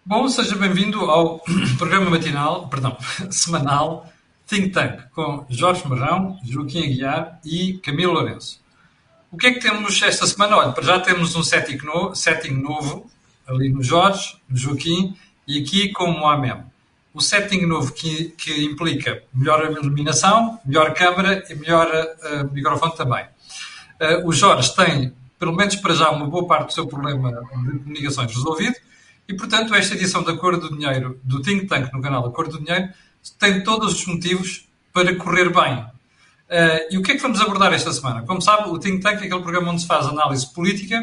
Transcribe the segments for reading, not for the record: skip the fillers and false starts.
Bom, seja bem-vindo ao programa matinal, perdão, semanal Think Tank com Jorge Marrão, Joaquim Aguiar e Camilo Lourenço. O que é que temos esta semana? Olha, para já temos um setting novo ali no Jorge, no Joaquim e aqui como há mesmo. O setting novo que implica melhor iluminação, melhor câmara e melhor microfone também. O Jorge tem, pelo menos para já, uma boa parte do seu problema de comunicações resolvido e, portanto, esta edição da Cor do Dinheiro, do Think Tank no canal da Cor do Dinheiro, tem todos os motivos para correr bem. E o que é que vamos abordar esta semana? Como sabe, o Think Tank é aquele programa onde se faz análise política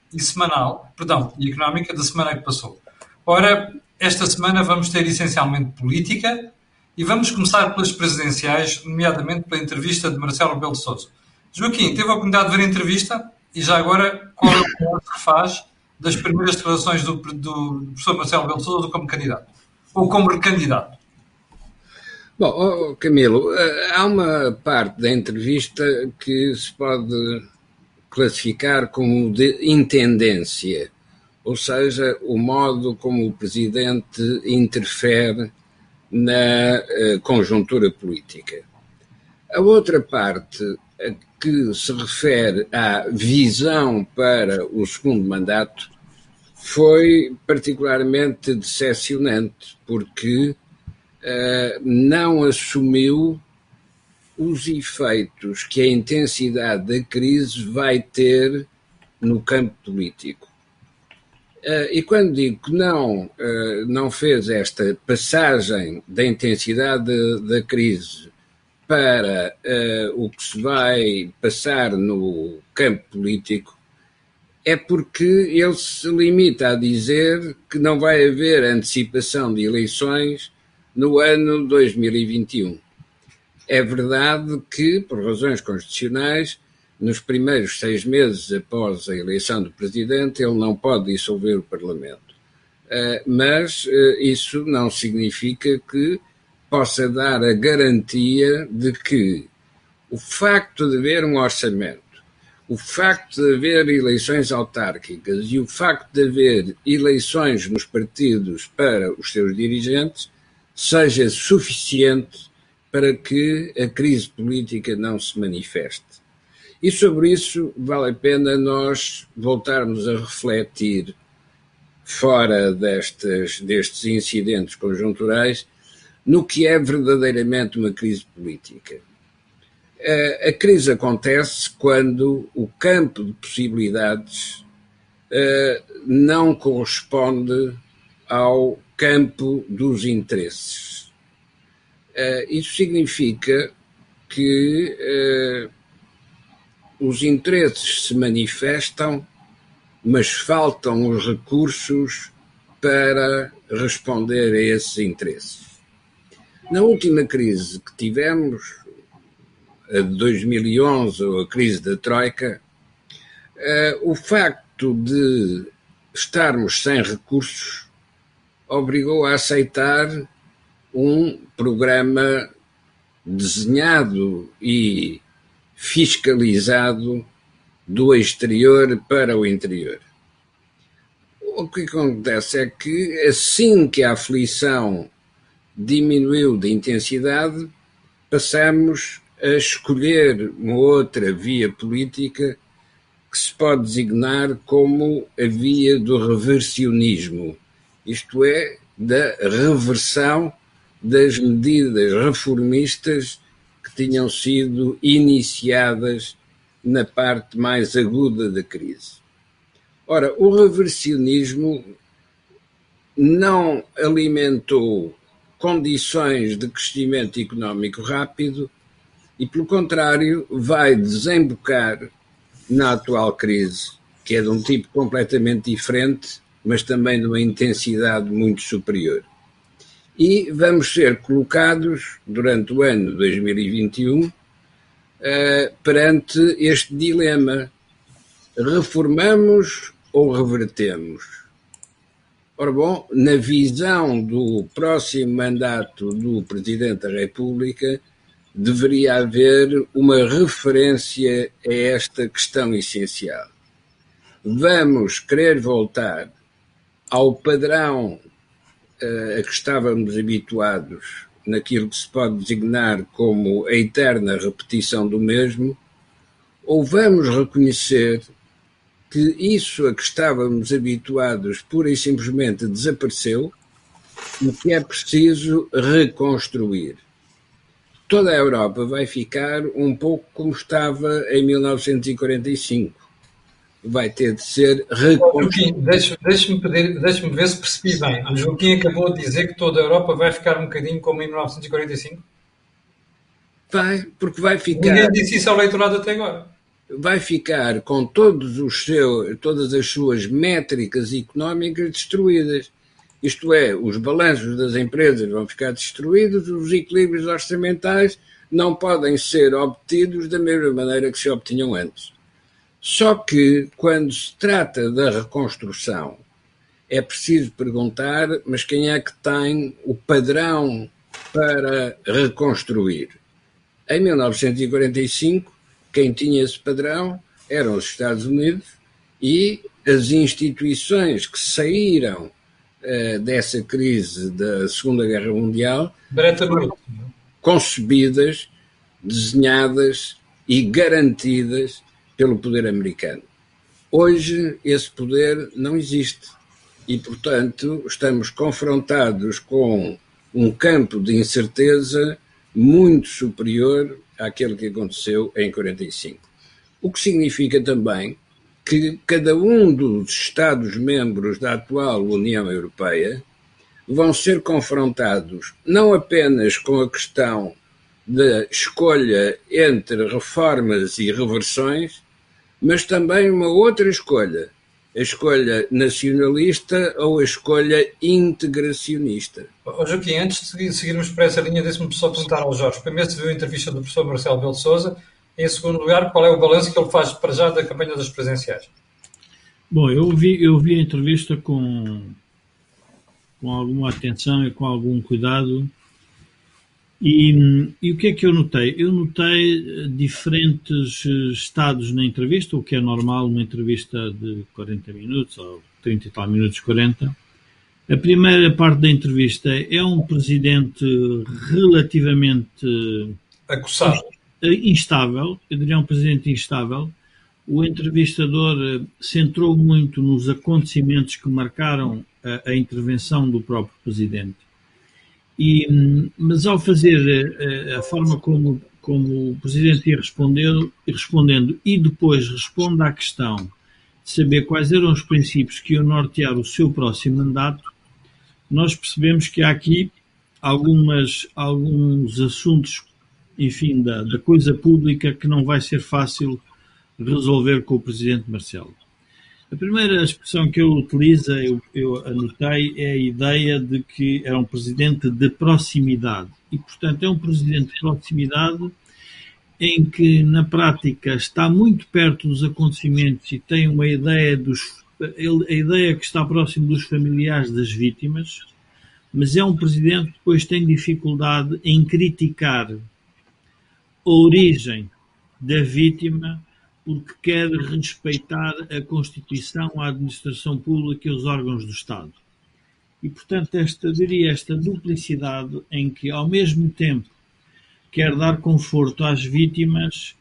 e económica da semana que passou. Ora, esta semana vamos ter essencialmente política e vamos começar pelas presidenciais, nomeadamente pela entrevista de Marcelo Rebelo de Sousa. Joaquim, teve a oportunidade de ver a entrevista e já agora qual é o que faz das primeiras declarações do professor Marcelo Rebelo de Sousa como candidato? Ou como recandidato? Bom, Camilo, há uma parte da entrevista que se pode classificar como de intendência, ou seja, o modo como o Presidente interfere na conjuntura política. A outra parte, que se refere à visão para o segundo mandato, foi particularmente decepcionante, porque não assumiu os efeitos que a intensidade da crise vai ter no campo político. E quando digo que não fez esta passagem da intensidade da crise para o que se vai passar no campo político, é porque ele se limita a dizer que não vai haver antecipação de eleições no ano 2021. É verdade que, por razões constitucionais, nos primeiros 6 meses após a eleição do Presidente, ele não pode dissolver o Parlamento. Mas isso não significa que possa dar a garantia de que o facto de haver um orçamento, o facto de haver eleições autárquicas e o facto de haver eleições nos partidos para os seus dirigentes seja suficiente para que a crise política não se manifeste. E sobre isso vale a pena nós voltarmos a refletir, fora destes incidentes conjunturais, no que é verdadeiramente uma crise política. A crise acontece quando o campo de possibilidades não corresponde ao campo dos interesses. Isso significa que os interesses se manifestam, mas faltam os recursos para responder a esses interesses. Na última crise que tivemos, a de 2011, ou a crise da Troika, o facto de estarmos sem recursos obrigou a aceitar um programa desenhado e fiscalizado do exterior para o interior. O que acontece é que, assim que a aflição diminuiu de intensidade, passamos a escolher uma outra via política que se pode designar como a via do reversionismo, isto é, da reversão das medidas reformistas que tinham sido iniciadas na parte mais aguda da crise. Ora, o reversionismo não alimentou condições de crescimento económico rápido e, pelo contrário, vai desembocar na atual crise, que é de um tipo completamente diferente, mas também de uma intensidade muito superior. E vamos ser colocados, durante o ano 2021, perante este dilema: reformamos ou revertemos? Ora bom, na visão do próximo mandato do Presidente da República, deveria haver uma referência a esta questão essencial. Vamos querer voltar ao padrão a que estávamos habituados naquilo que se pode designar como a eterna repetição do mesmo, ou vamos reconhecer que isso a que estávamos habituados pura e simplesmente desapareceu e que é preciso reconstruir. Toda a Europa vai ficar um pouco como estava em 1945. Vai ter de ser reconstruída. Deixe-me ver se percebi bem. O Joaquim acabou de dizer que toda a Europa vai ficar um bocadinho como em 1945? Vai, porque vai ficar... Ninguém disse isso ao eleitorado até agora. Vai ficar com todas as suas métricas económicas destruídas. Isto é, os balanços das empresas vão ficar destruídos, os equilíbrios orçamentais não podem ser obtidos da mesma maneira que se obtinham antes. Só que, quando se trata da reconstrução, é preciso perguntar, mas quem é que tem o padrão para reconstruir? Em 1945, quem tinha esse padrão eram os Estados Unidos e as instituições que saíram dessa crise da Segunda Guerra Mundial, concebidas, desenhadas e garantidas pelo poder americano. Hoje esse poder não existe e, portanto, estamos confrontados com um campo de incerteza muito superior àquele que aconteceu em 45. O que significa também que cada um dos Estados-membros da atual União Europeia vão ser confrontados não apenas com a questão da escolha entre reformas e reversões, mas também uma outra escolha, a escolha nacionalista ou a escolha integracionista. Joaquim, antes de seguirmos por essa linha, deixe-me só perguntar ao Jorge. Primeiro, se viu a entrevista do professor Marcelo Rebelo de Sousa. Em segundo lugar, qual é o balanço que ele faz para já da campanha das presidenciais? Bom, eu vi a entrevista com alguma atenção e com algum cuidado. E o que é que eu notei? Eu notei diferentes estados na entrevista, o que é normal numa entrevista de 40 minutos, ou 30 e tal minutos, 40. A primeira parte da entrevista é um presidente relativamente acossado, instável, eu diria um presidente instável. O entrevistador centrou muito nos acontecimentos que marcaram a intervenção do próprio presidente. Mas ao fazer a forma como o Presidente ia respondendo e depois responde à questão de saber quais eram os princípios que iam nortear o seu próximo mandato, nós percebemos que há aqui alguns assuntos, enfim, da coisa pública que não vai ser fácil resolver com o Presidente Marcelo. A primeira expressão que ele utiliza, eu anotei, é a ideia de que é um presidente de proximidade. E, portanto, é um presidente de proximidade em que, na prática, está muito perto dos acontecimentos e tem uma ideia a ideia que está próximo dos familiares das vítimas, mas é um presidente que depois tem dificuldade em criticar a origem da vítima, porque quer respeitar a Constituição, a administração pública e os órgãos do Estado. E, portanto, esta duplicidade em que, ao mesmo tempo, quer dar conforto às vítimas,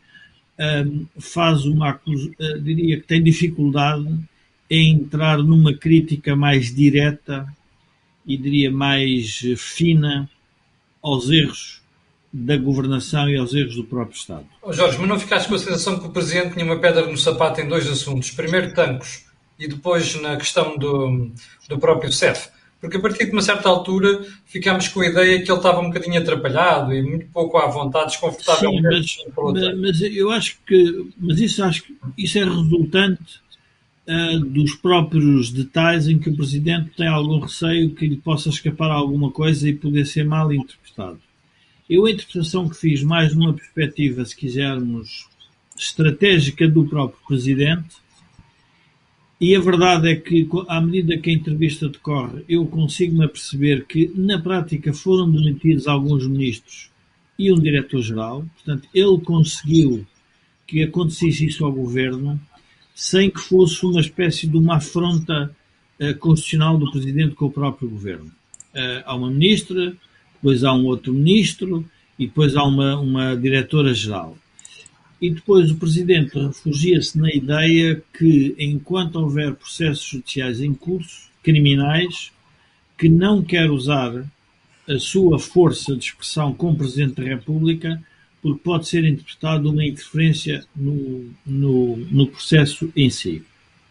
diria que tem dificuldade em entrar numa crítica mais direta e, diria, mais fina aos erros da governação e aos erros do próprio Estado. Jorge, mas não ficaste com a sensação que o Presidente tinha uma pedra no sapato em dois assuntos? Primeiro Tancos e depois na questão do próprio CEF? Porque a partir de uma certa altura ficámos com a ideia que ele estava um bocadinho atrapalhado e muito pouco à vontade, desconfortável. Sim, mas eu acho que isso é resultante dos próprios detalhes em que o Presidente tem algum receio que lhe possa escapar alguma coisa e poder ser mal interpretado. Eu a interpretação que fiz mais numa perspectiva, se quisermos, estratégica do próprio Presidente, e a verdade é que, à medida que a entrevista decorre, eu consigo-me aperceber que, na prática, foram demitidos alguns ministros e um diretor-geral. Portanto, ele conseguiu que acontecesse isso ao Governo sem que fosse uma espécie de uma afronta constitucional do Presidente com o próprio Governo. há uma ministra, depois há um outro ministro e depois há uma diretora-geral. E depois o Presidente refugia-se na ideia que, enquanto houver processos judiciais em curso, criminais, que não quer usar a sua força de expressão como Presidente da República, porque pode ser interpretado uma interferência no processo em si.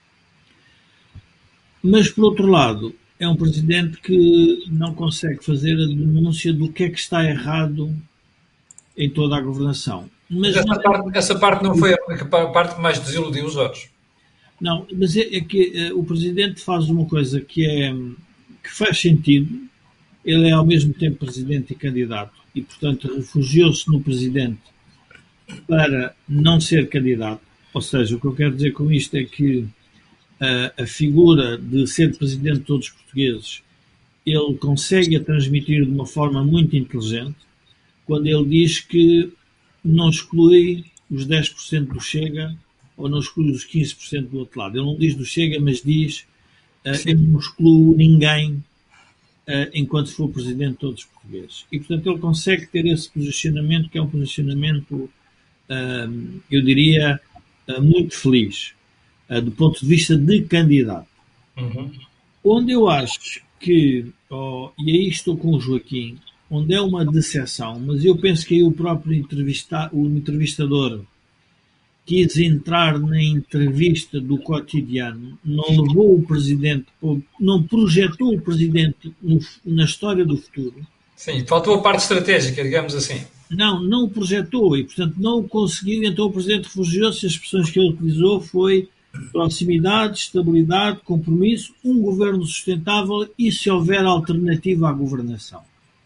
Mas, por outro lado, é um Presidente que não consegue fazer a denúncia do que é que está errado em toda a governação. Mas essa parte não foi a parte que mais desiludiu os outros. Não, mas é que o Presidente faz uma coisa que faz sentido. Ele é ao mesmo tempo Presidente e candidato e, portanto, refugiou-se no Presidente para não ser candidato. Ou seja, o que eu quero dizer com isto é que a figura de ser Presidente de todos os portugueses, ele consegue a transmitir de uma forma muito inteligente quando ele diz que não exclui os 10% do Chega ou não exclui os 15% do outro lado. Ele não diz do Chega, mas diz eu não excluo ninguém enquanto for Presidente de todos os portugueses. E, portanto, ele consegue ter esse posicionamento, que é um posicionamento, eu diria, muito feliz, do ponto de vista de candidato. Uhum. Onde eu acho que, e aí estou com o Joaquim, onde é uma decepção, mas eu penso que aí o próprio entrevistador quis entrar na entrevista do Cotidiano, não levou o Presidente, não projetou o Presidente na história do futuro. Sim, faltou a parte estratégica, digamos assim. Não o projetou e, portanto, não o conseguiu. Então o Presidente refugiou-se. As expressões que ele utilizou foi proximidade, estabilidade, compromisso, um governo sustentável e se houver alternativa à governação.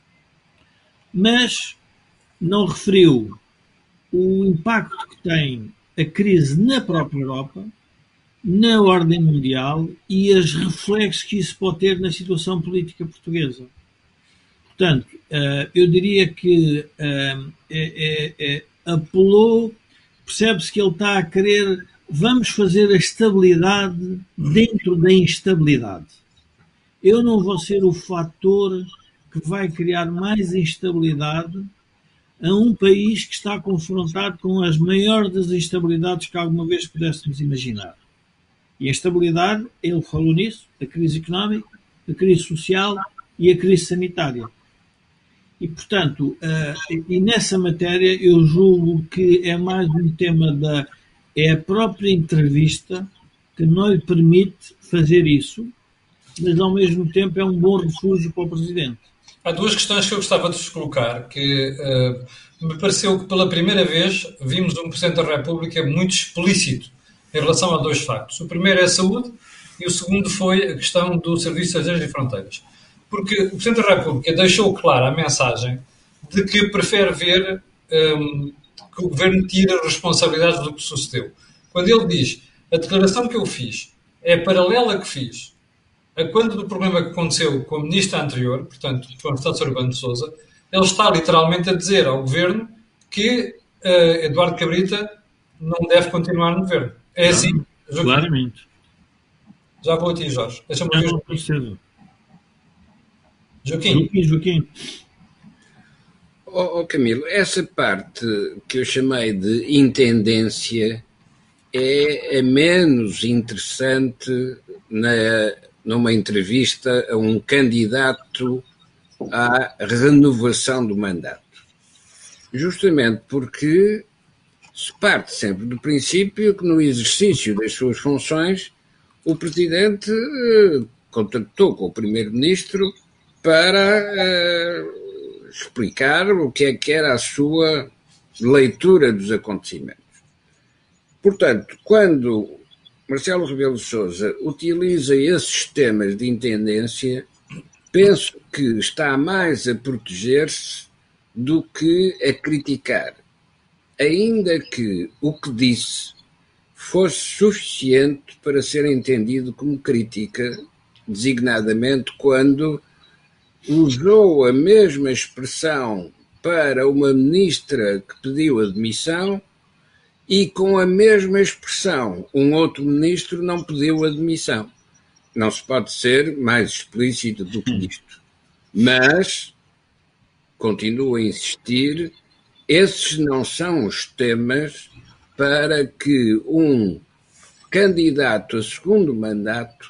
Mas não referiu o impacto que tem a crise na própria Europa, na ordem mundial e os reflexos que isso pode ter na situação política portuguesa. Portanto, eu diria que apelou, percebe-se que ele está a querer, vamos fazer a estabilidade dentro da instabilidade. Eu não vou ser o fator que vai criar mais instabilidade a um país que está confrontado com as maiores das instabilidades que alguma vez pudéssemos imaginar. E a instabilidade, ele falou nisso, a crise económica, a crise social e a crise sanitária. E, portanto, e nessa matéria eu julgo que é mais um tema é a própria entrevista que não lhe permite fazer isso, mas ao mesmo tempo é um bom refúgio para o Presidente. Há duas questões que eu gostava de vos colocar, que me pareceu que pela primeira vez vimos um Presidente da República muito explícito em relação a dois factos. O primeiro é a saúde e o segundo foi a questão do Serviço de Extrangeiro e Fronteiras. Porque o Presidente da República deixou clara a mensagem de que prefere ver que o Governo tira responsabilidades do que sucedeu. Quando ele diz, a declaração que eu fiz é paralela que fiz a quando do problema que aconteceu com a ministra anterior, portanto, João Santos Urbano de Sousa, ele está literalmente a dizer ao Governo que Eduardo Cabrita não deve continuar no Governo. É assim. Claramente. Já vou a ti, Jorge. Deixa-me ouvir. Joaquim. Camilo, essa parte que eu chamei de intendência é a menos interessante numa entrevista a um candidato à renovação do mandato. Justamente porque se parte sempre do princípio que no exercício das suas funções o Presidente contactou com o Primeiro-Ministro para explicar o que era a sua leitura dos acontecimentos. Portanto, quando Marcelo Rebelo de Sousa utiliza esses temas de intendência, penso que está mais a proteger-se do que a criticar, ainda que o que disse fosse suficiente para ser entendido como crítica, designadamente quando usou a mesma expressão para uma ministra que pediu admissão e com a mesma expressão um outro ministro não pediu admissão. Não se pode ser mais explícito do que isto. Mas, continuo a insistir, esses não são os temas para que um candidato a segundo mandato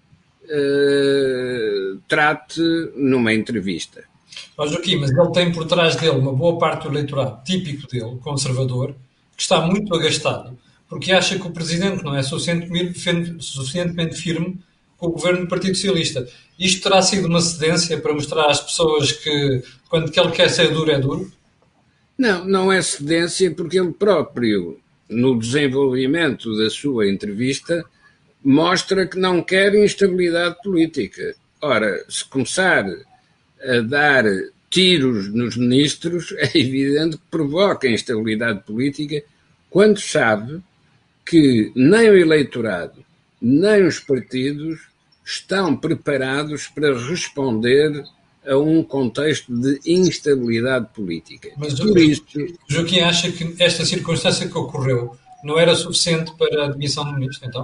trate numa entrevista. Joaquim, mas ele tem por trás dele uma boa parte do eleitorado típico dele, conservador, que está muito agastado, porque acha que o Presidente não é suficientemente firme com o governo do Partido Socialista. Isto terá sido uma cedência para mostrar às pessoas que quando ele quer ser duro, é duro? Não, não é cedência, porque ele próprio, no desenvolvimento da sua entrevista, mostra que não quer instabilidade política. Ora, se começar a dar tiros nos ministros, é evidente que provoca instabilidade política, quando sabe que nem o eleitorado, nem os partidos estão preparados para responder a um contexto de instabilidade política. Mas Joaquim acha que esta circunstância que ocorreu não era suficiente para a demissão do ministro, então?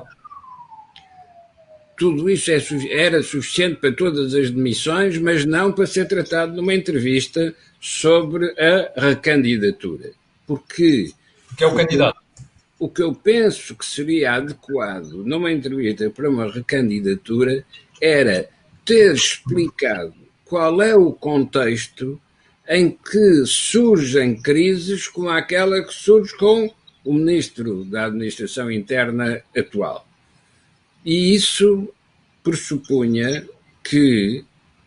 Tudo isso era suficiente para todas as demissões, mas não para ser tratado numa entrevista sobre a recandidatura. Porque é o candidato. O que eu penso que seria adequado numa entrevista para uma recandidatura era ter explicado qual é o contexto em que surgem crises como aquela que surge com o ministro da Administração Interna atual. E isso pressupunha que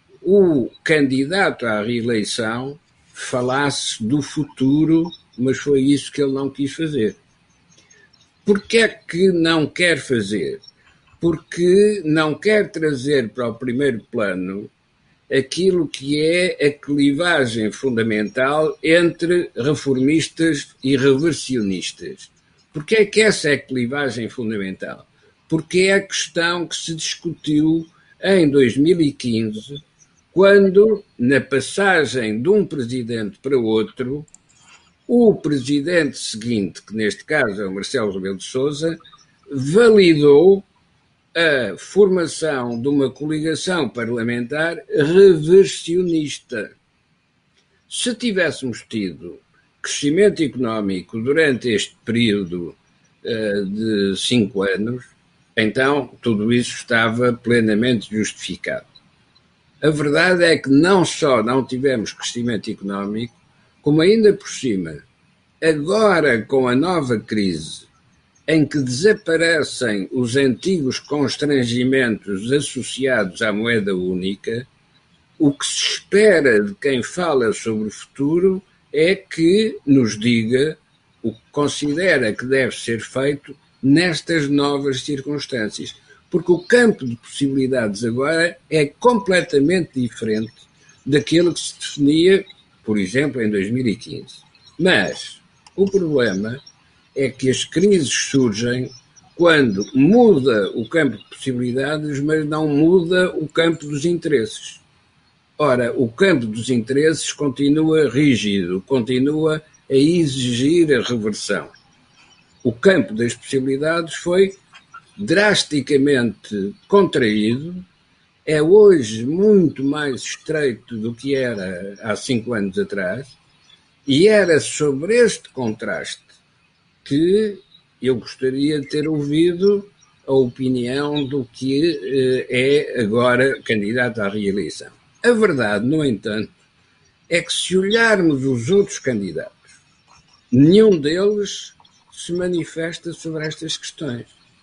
o candidato à reeleição falasse do futuro, mas foi isso que ele não quis fazer. Porquê é que não quer fazer? Porque não quer trazer para o primeiro plano aquilo que é a clivagem fundamental entre reformistas e reversionistas. Porquê é que essa é a clivagem fundamental? Porque é a questão que se discutiu em 2015, quando, na passagem de um presidente para outro, o presidente seguinte, que neste caso é o Marcelo Rebelo de Sousa, validou a formação de uma coligação parlamentar reversionista. Se tivéssemos tido crescimento económico durante este período de 5 anos, então tudo isso estava plenamente justificado. A verdade é que não só não tivemos crescimento económico, como ainda por cima, agora com a nova crise, em que desaparecem os antigos constrangimentos associados à moeda única, o que se espera de quem fala sobre o futuro é que nos diga o que considera que deve ser feito nestas novas circunstâncias. Porque o campo de possibilidades agora é completamente diferente daquilo que se definia, por exemplo, em 2015. Mas o problema é que as crises surgem quando muda o campo de possibilidades, mas não muda o campo dos interesses. Ora, o campo dos interesses continua rígido, continua a exigir a reversão. O campo das possibilidades foi drasticamente contraído, é hoje muito mais estreito do que era há 5 anos atrás, e era sobre este contraste que eu gostaria de ter ouvido a opinião do que é agora candidato à reeleição. A verdade, no entanto, é que se olharmos os outros candidatos, nenhum deles se manifesta sobre estas questões.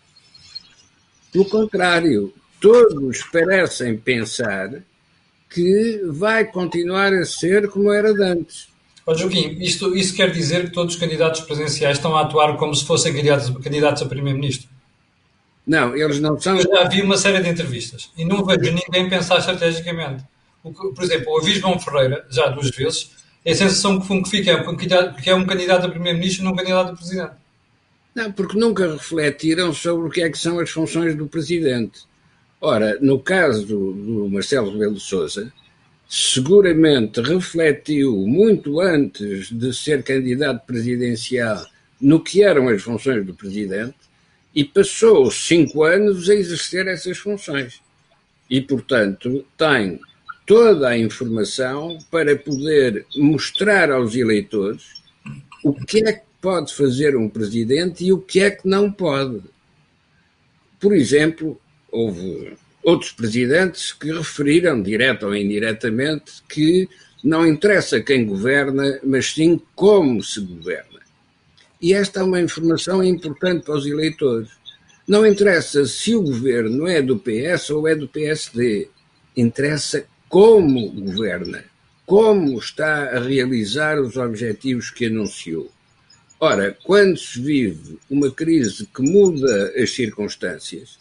Pelo contrário, todos parecem pensar que vai continuar a ser como era de antes. Joaquim, isso quer dizer que todos os candidatos presidenciais estão a atuar como se fossem candidatos a primeiro-ministro? Não, eles não são... Eu já vi uma série de entrevistas e não vejo ninguém pensar estrategicamente. Por exemplo, ouvi João Ferreira, já 2 vezes, a sensação que fica é um candidato a primeiro-ministro e não um candidato a presidente. Não, porque nunca refletiram sobre o que é que são as funções do presidente. Ora, no caso do Marcelo Rebelo de Sousa, seguramente refletiu muito antes de ser candidato presidencial no que eram as funções do presidente e passou 5 anos a exercer essas funções. E, portanto, tem toda a informação para poder mostrar aos eleitores o que é que pode fazer um presidente e o que é que não pode. Por exemplo, houve outros presidentes que referiram, direta ou indiretamente, que não interessa quem governa, mas sim como se governa. E esta é uma informação importante para os eleitores. Não interessa se o governo é do PS ou é do PSD. Interessa como governa, como está a realizar os objetivos que anunciou. Ora, quando se vive uma crise que muda as circunstâncias,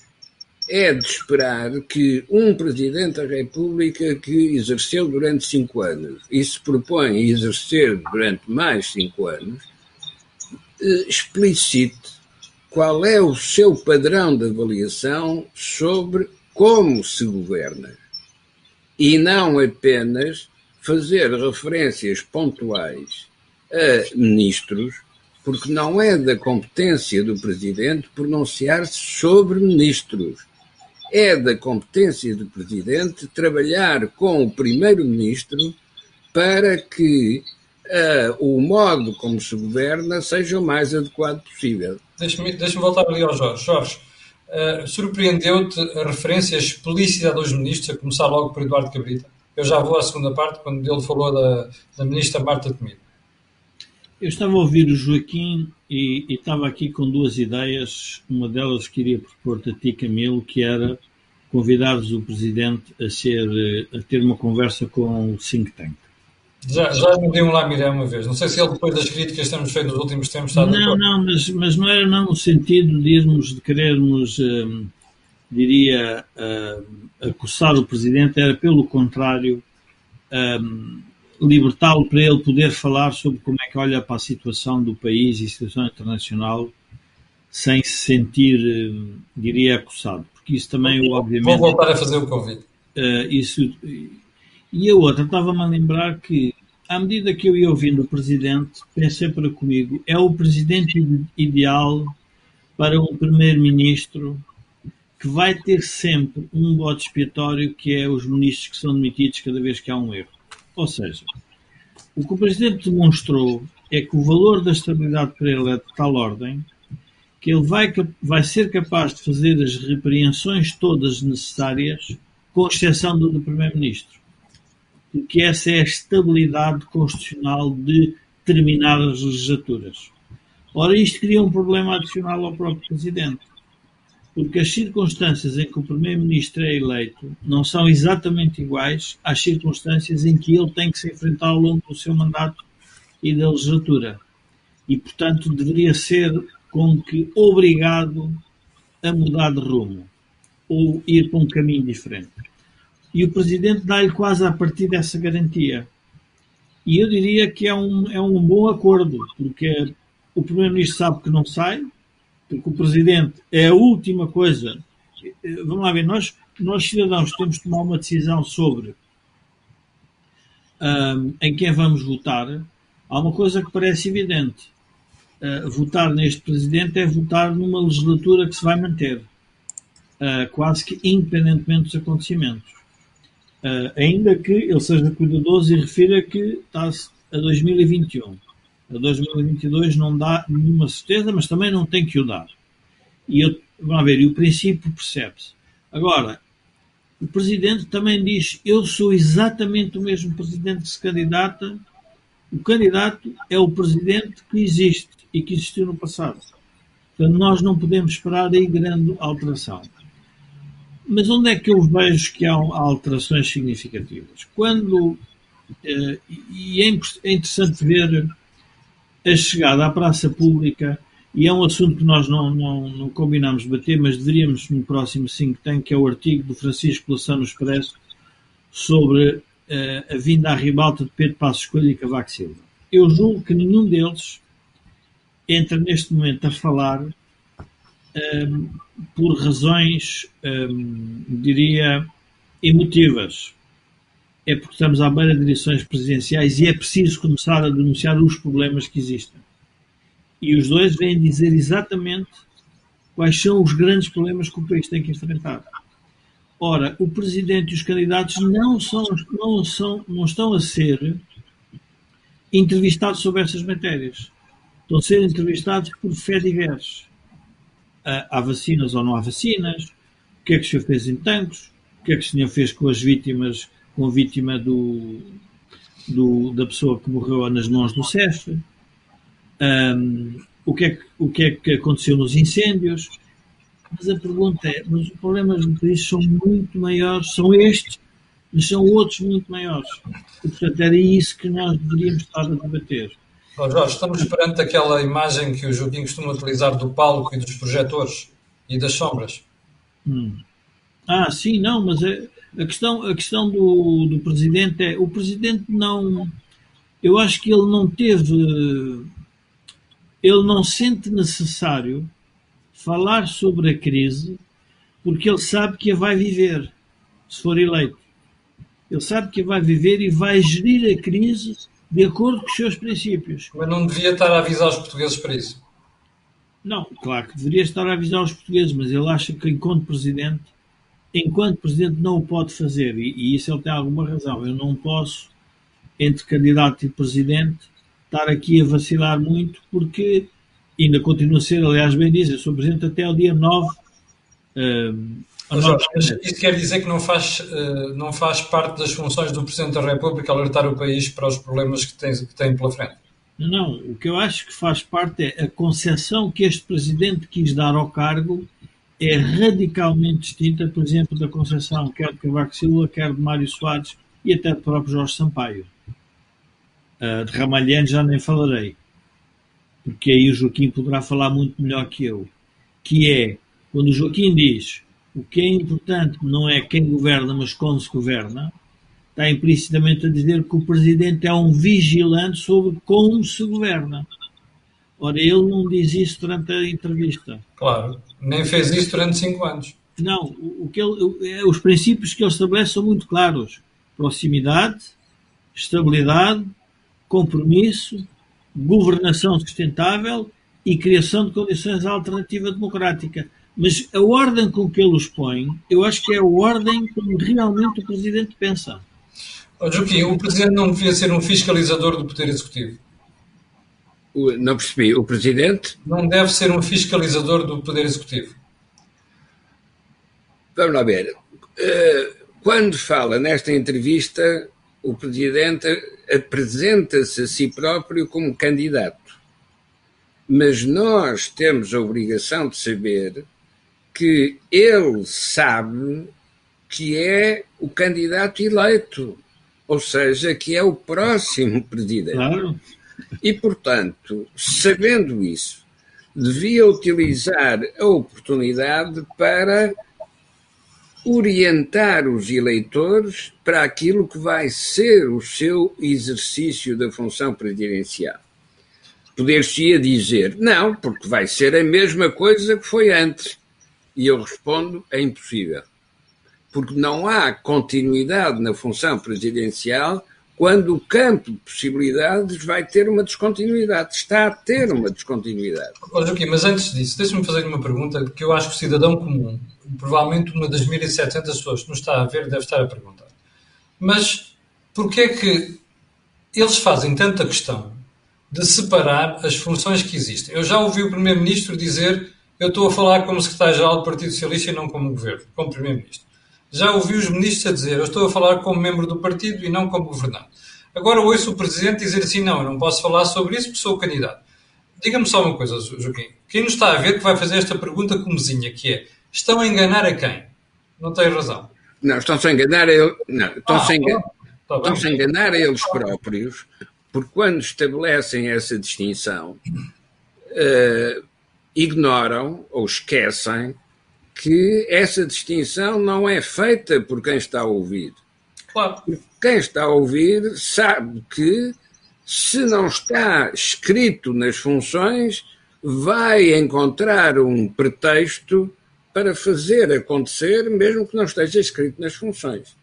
é de esperar que um Presidente da República que exerceu durante 5 anos e se propõe a exercer durante mais 5 anos, explicite qual é o seu padrão de avaliação sobre como se governa. E não apenas fazer referências pontuais a ministros, porque não é da competência do Presidente pronunciar-se sobre ministros. É da competência do Presidente trabalhar com o Primeiro-Ministro para que o modo como se governa seja o mais adequado possível. Deixa-me voltar ali ao Jorge. Jorge, surpreendeu-te a referência explícita a 2 ministros, a começar logo por Eduardo Cabrita? Eu já vou à segunda parte, quando ele falou da ministra Marta Temido. Eu estava a ouvir o Joaquim e estava aqui com 2 ideias. Uma delas queria propor-te a ti, Camilo, que era convidares o Presidente a ter uma conversa com o think tank. Já me deu um lá Miré uma vez. Não sei se ele, depois das críticas que temos feito nos últimos tempos, está de acordo. Não, mas não era no sentido de querermos, diria, acossar o Presidente, era pelo contrário, libertá-lo para ele poder falar sobre como é que olha para a situação do país e a situação internacional sem se sentir, diria, acossado. Porque isso também, obviamente... Vou voltar a fazer o convite. E a outra, estava-me a lembrar que, à medida que eu ia ouvindo o Presidente, pensei para comigo, é o Presidente ideal para um Primeiro-Ministro que vai ter sempre um bode expiatório, que é os ministros que são demitidos cada vez que há um erro. Ou seja, o que o Presidente demonstrou é que o valor da estabilidade para ele é de tal ordem que ele vai ser capaz de fazer as repreensões todas necessárias, com exceção do Primeiro-Ministro. Porque essa é a estabilidade constitucional de determinadas legislaturas. Ora, isto cria um problema adicional ao próprio Presidente. Porque as circunstâncias em que o Primeiro-Ministro é eleito não são exatamente iguais às circunstâncias em que ele tem que se enfrentar ao longo do seu mandato e da legislatura. E, portanto, deveria ser como que obrigado a mudar de rumo ou ir para um caminho diferente. E o Presidente dá-lhe quase a partir dessa garantia. E eu diria que é um bom acordo, porque o Primeiro-Ministro sabe que não sai, porque o Presidente é a última coisa. Vamos lá ver, nós cidadãos temos de tomar uma decisão sobre em quem vamos votar. Há uma coisa que parece evidente. Votar neste Presidente é votar numa legislatura que se vai manter, quase que independentemente dos acontecimentos. Ainda que ele seja cuidadoso e refira que está-se a 2021. A 2022 não dá nenhuma certeza, mas também não tem que o dar. Vamos ver, e o princípio percebe-se. Agora, o Presidente também diz, eu sou exatamente o mesmo Presidente que se candidata. O candidato é o Presidente que existe e que existiu no passado. Portanto, nós não podemos esperar aí grande alteração. Mas onde é que eu vejo que há alterações significativas? E é interessante ver a chegada à praça pública, e é um assunto que nós não combinamos debater, mas deveríamos no próximo think tank, que é o artigo do Francisco Louçã no Expresso sobre a vinda à ribalta de Pedro Passos Coelho e Cavaco Silva. Eu julgo que nenhum deles entra neste momento a falar por razões, diria, emotivas. É porque estamos à beira de eleições presidenciais e é preciso começar a denunciar os problemas que existem. E os dois vêm dizer exatamente quais são os grandes problemas que o país tem que enfrentar. Ora, o Presidente e os candidatos não estão a ser entrevistados sobre essas matérias. Estão a ser entrevistados por fé diversos. Há vacinas ou não há vacinas? O que é que o senhor fez em Tancos? O que é que o senhor fez com as vítimas, com a vítima da pessoa que morreu nas mãos do CEF? O que é que aconteceu nos incêndios? Mas a pergunta é, mas os problemas do país são muito maiores, são estes, mas são outros muito maiores. E, portanto, era isso que nós deveríamos estar a debater. Bom, Jorge, estamos perante aquela imagem que o Joaquim costuma utilizar do palco e dos projetores e das sombras. Sim, não, mas a questão do Presidente é, o Presidente não, eu acho que ele não sente necessário falar sobre a crise porque ele sabe que a vai viver, se for eleito. Ele sabe que a vai viver e vai gerir a crise de acordo com os seus princípios. Mas não devia estar a avisar os portugueses para isso. Não, claro que deveria estar a avisar os portugueses, mas ele acha que enquanto Presidente não o pode fazer, e isso ele tem alguma razão. Eu não posso, entre candidato e Presidente, estar aqui a vacilar muito, porque ainda continua a ser, aliás, bem diz, eu sou Presidente até ao dia 9. Jorge, mas isso quer dizer que não faz parte das funções do Presidente da República alertar o país para os problemas que tem pela frente? Não, o que eu acho que faz parte é a concepção que este Presidente quis dar ao cargo é radicalmente distinta, por exemplo, da concepção quer de Cavaco Silva, quer de Mário Soares e até do próprio Jorge Sampaio. De Ramalhiano já nem falarei, porque aí o Joaquim poderá falar muito melhor que eu, que é, quando o Joaquim diz o que é importante não é quem governa, mas como se governa, está implicitamente a dizer que o Presidente é um vigilante sobre como se governa. Ora, ele não diz isso durante a entrevista. Claro, nem fez isso durante 5 anos. Não, os princípios que ele estabelece são muito claros. Proximidade, estabilidade, compromisso, governação sustentável e criação de condições de alternativa democrática. Mas a ordem com que ele os põe, eu acho que é a ordem como realmente o Presidente pensa. Joaquim, o Presidente não devia ser um fiscalizador do Poder Executivo? Não percebi. O Presidente? Não deve ser um fiscalizador do Poder Executivo? Vamos lá ver. Quando fala nesta entrevista, o Presidente apresenta-se a si próprio como candidato. Mas nós temos a obrigação de saber que ele sabe que é o candidato eleito, ou seja, que é o próximo Presidente. Claro. E, portanto, sabendo isso, devia utilizar a oportunidade para orientar os eleitores para aquilo que vai ser o seu exercício da função presidencial. Poder-se-ia dizer, não, porque vai ser a mesma coisa que foi antes. E eu respondo, é impossível. Porque não há continuidade na função presidencial quando o campo de possibilidades vai ter uma descontinuidade. Está a ter uma descontinuidade. Joaquim, mas antes disso, deixa-me fazer uma pergunta que eu acho que o cidadão comum, provavelmente uma das 1.700 pessoas que nos está a ver, deve estar a perguntar. Mas porquê é que eles fazem tanta questão de separar as funções que existem? Eu já ouvi o Primeiro-Ministro dizer eu estou a falar como secretário-geral do Partido Socialista e não como governo, como Primeiro-Ministro. Já ouvi os ministros a dizer eu estou a falar como membro do partido e não como governante. Agora ouço o Presidente dizer assim, não, eu não posso falar sobre isso porque sou candidato. Diga-me só uma coisa, Joaquim. Quem nos está a ver que vai fazer esta pergunta comezinha, que é, estão a enganar a quem? Não tem razão. Não, estão-se a enganar a eles, estão-se a enganar a eles próprios, porque quando estabelecem essa distinção, ignoram ou esquecem que essa distinção não é feita por quem está a ouvir. Claro. Quem está a ouvir sabe que, se não está escrito nas funções, vai encontrar um pretexto para fazer acontecer, mesmo que não esteja escrito nas funções.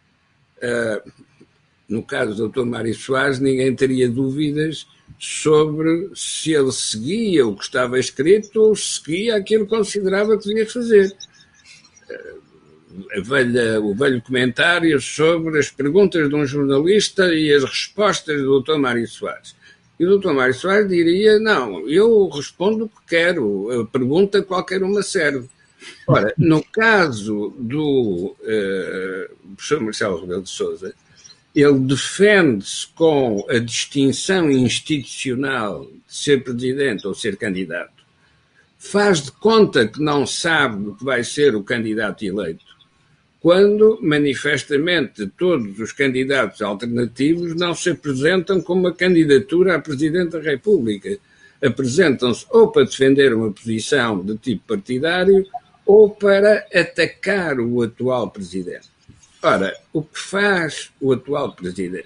No caso do Dr. Mário Soares, ninguém teria dúvidas sobre se ele seguia o que estava escrito ou seguia aquilo que considerava que devia fazer. o velho comentário sobre as perguntas de um jornalista e as respostas do Dr. Mário Soares. E o Dr. Mário Soares diria, não, eu respondo o que quero, a pergunta qualquer uma serve. Ora, no caso do professor Marcelo Rebelo de Sousa, ele defende-se com a distinção institucional de ser presidente ou ser candidato, faz de conta que não sabe o que vai ser o candidato eleito, quando, manifestamente, todos os candidatos alternativos não se apresentam como uma candidatura a Presidente da República. Apresentam-se ou para defender uma posição de tipo partidário ou para atacar o atual Presidente. Ora, o que faz o atual Presidente?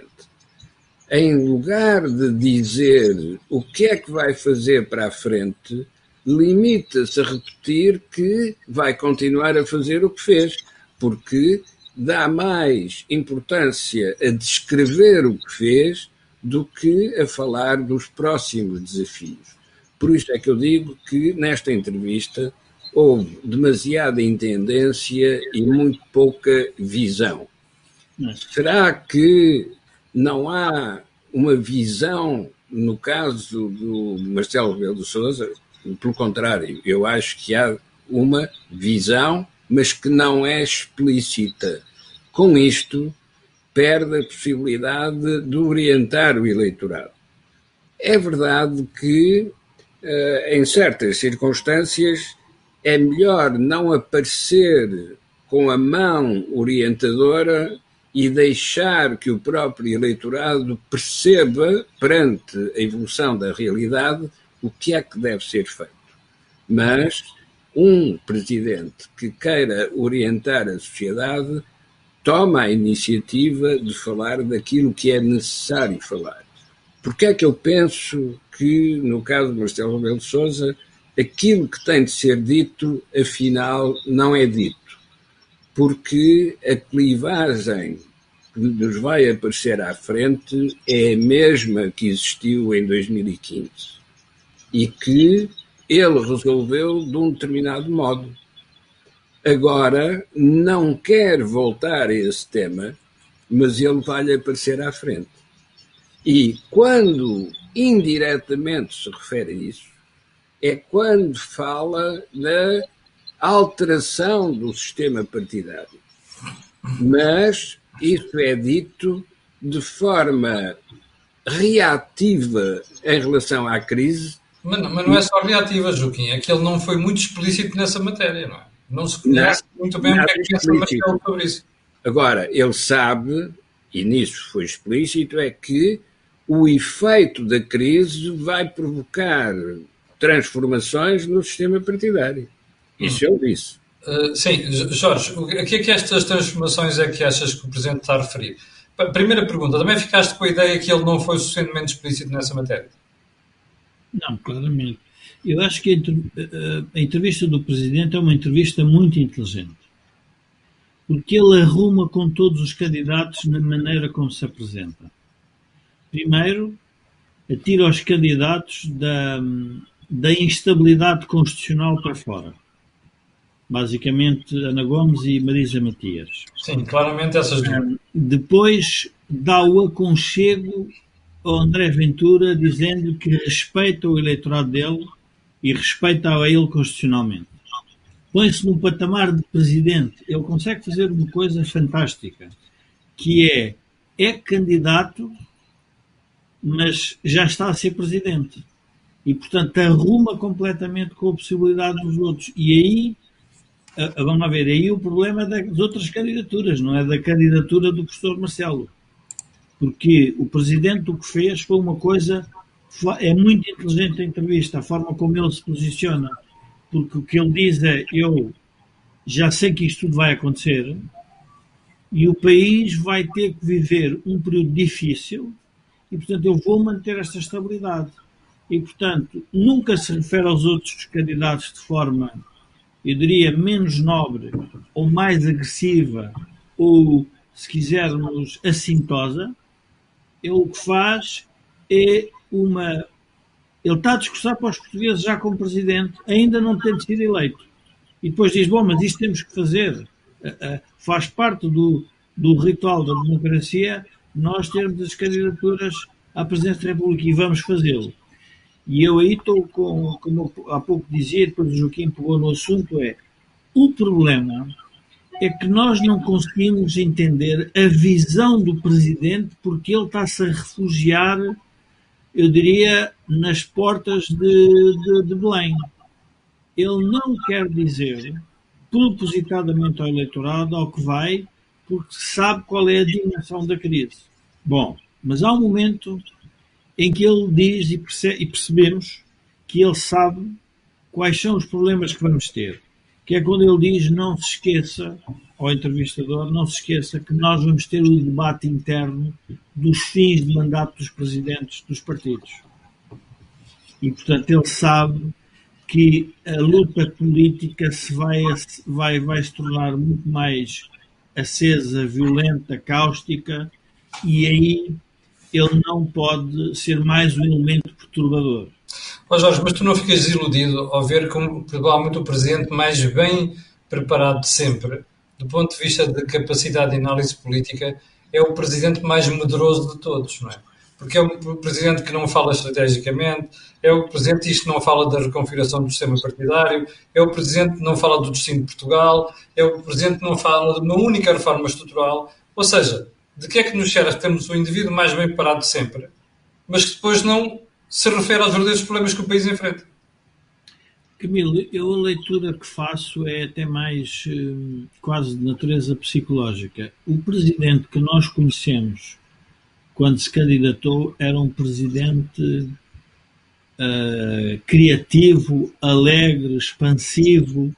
Em lugar de dizer o que é que vai fazer para a frente, limita-se a repetir que vai continuar a fazer o que fez, porque dá mais importância a descrever o que fez do que a falar dos próximos desafios. Por isso é que eu digo que nesta entrevista houve demasiada intendência e muito pouca visão. Será que não há uma visão no caso do Marcelo Rebelo de Sousa? Pelo contrário, eu acho que há uma visão, mas que não é explícita. Com isto, perde a possibilidade de orientar o eleitorado. É verdade que, em certas circunstâncias, é melhor não aparecer com a mão orientadora e deixar que o próprio eleitorado perceba, perante a evolução da realidade, o que é que deve ser feito. Mas um presidente que queira orientar a sociedade toma a iniciativa de falar daquilo que é necessário falar. Porque é que eu penso que, no caso de Marcelo Rebelo de Sousa, aquilo que tem de ser dito, afinal, não é dito? Porque a clivagem que nos vai aparecer à frente é a mesma que existiu em 2015 e que ele resolveu de um determinado modo. Agora, não quer voltar a esse tema, mas ele vai-lhe aparecer à frente. E quando indiretamente se refere a isso, é quando fala da alteração do sistema partidário. Mas isso é dito de forma reativa em relação à crise. Mas não é só reativa, Joaquim, é que ele não foi muito explícito nessa matéria, não é? Não se conhece muito bem o que é que pensa Marcelo sobre isso. Agora, ele sabe, e nisso foi explícito, é que o efeito da crise vai provocar transformações no sistema partidário. Isso ele disse. Sim, Jorge, a que é que estas transformações é que achas que o Presidente está a referir? Primeira pergunta, também ficaste com a ideia que ele não foi suficientemente explícito nessa matéria? Não, claramente. Eu acho que a entrevista do Presidente é uma entrevista muito inteligente, porque ele arruma com todos os candidatos na maneira como se apresenta. Primeiro, atira os candidatos da instabilidade constitucional para fora. Basicamente, Ana Gomes e Marisa Matias. Sim, claramente essas duas. Depois, dá o aconchego ao André Ventura, dizendo que respeita o eleitorado dele e respeita a ele constitucionalmente. Põe-se num patamar de presidente. Ele consegue fazer uma coisa fantástica, que é candidato, mas já está a ser presidente. E, portanto, arruma completamente com a possibilidade dos outros. E aí, vamos lá ver, aí o problema é das outras candidaturas, não é da candidatura do professor Marcelo. Porque o Presidente o que fez foi uma coisa, é muito inteligente a entrevista, a forma como ele se posiciona, porque o que ele diz é, eu já sei que isto tudo vai acontecer e o país vai ter que viver um período difícil e, portanto, eu vou manter esta estabilidade. E, portanto, nunca se refere aos outros candidatos de forma, eu diria, menos nobre ou mais agressiva ou, se quisermos, assintosa. Ele o que faz é ele está a discursar para os portugueses já como presidente, ainda não tendo sido eleito. E depois diz, bom, mas isto temos que fazer. Faz parte do ritual da democracia nós termos as candidaturas à presidência da República e vamos fazê-lo. E eu aí estou como eu há pouco dizia, depois o Joaquim pegou no assunto, o problema é que nós não conseguimos entender a visão do Presidente porque ele está-se a refugiar, eu diria, nas portas de Belém. Ele não quer dizer propositadamente ao eleitorado ao que vai, porque sabe qual é a dimensão da crise. Bom, mas há um momento em que ele diz e percebemos que ele sabe quais são os problemas que vamos ter. Que é quando ele diz, não se esqueça, ao entrevistador, não se esqueça que nós vamos ter o debate interno dos fins de mandato dos presidentes dos partidos. E, portanto, ele sabe que a luta política vai se tornar muito mais acesa, violenta, cáustica, e aí ele não pode ser mais um elemento perturbador. Jorge, mas tu não ficas desiludido ao ver como provavelmente o Presidente mais bem preparado de sempre, do ponto de vista de capacidade de análise política, é o Presidente mais medroso de todos, não é? Porque é o Presidente que não fala estrategicamente, é o Presidente que diz que não fala da reconfiguração do sistema partidário, é o Presidente que não fala do destino de Portugal, é o Presidente que não fala de uma única reforma estrutural. Ou seja, de que é que nos cheira que temos o indivíduo mais bem preparado de sempre, mas que depois não se refere aos verdadeiros problemas que o país enfrenta? Camilo, a leitura que faço é até mais quase de natureza psicológica. O Presidente que nós conhecemos quando se candidatou era um Presidente criativo, alegre, expansivo,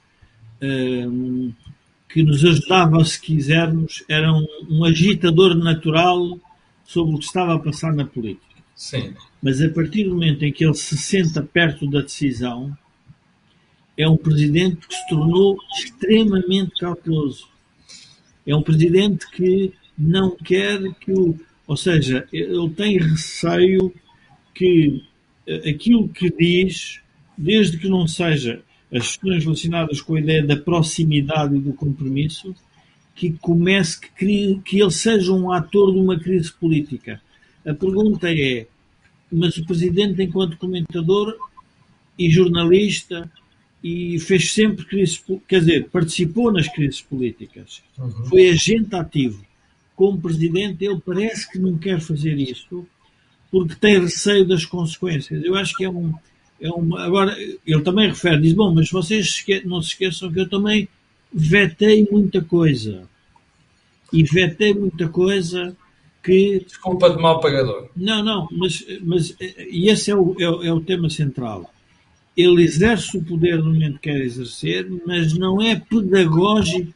que nos ajudava, se quisermos, era um agitador natural sobre o que estava a passar na política. Sim. Mas a partir do momento em que ele se senta perto da decisão, é um Presidente que se tornou extremamente cauteloso. É um Presidente que não quer que ou seja, ele tem receio que aquilo que diz, desde que não seja as questões relacionadas com a ideia da proximidade e do compromisso, que comece, que ele seja um ator de uma crise política. A pergunta é, mas o Presidente, enquanto comentador e jornalista, e fez sempre crises, quer dizer, participou nas crises políticas, foi agente ativo. Como Presidente, ele parece que não quer fazer isso porque tem receio das consequências. Eu acho que agora, ele também refere, diz, bom, mas vocês não se esqueçam que eu também vetei muita coisa. E vetei muita coisa que... Desculpa de mau pagador. Não, mas e esse é o tema central. Ele exerce o poder no momento que quer exercer, mas não é pedagógico.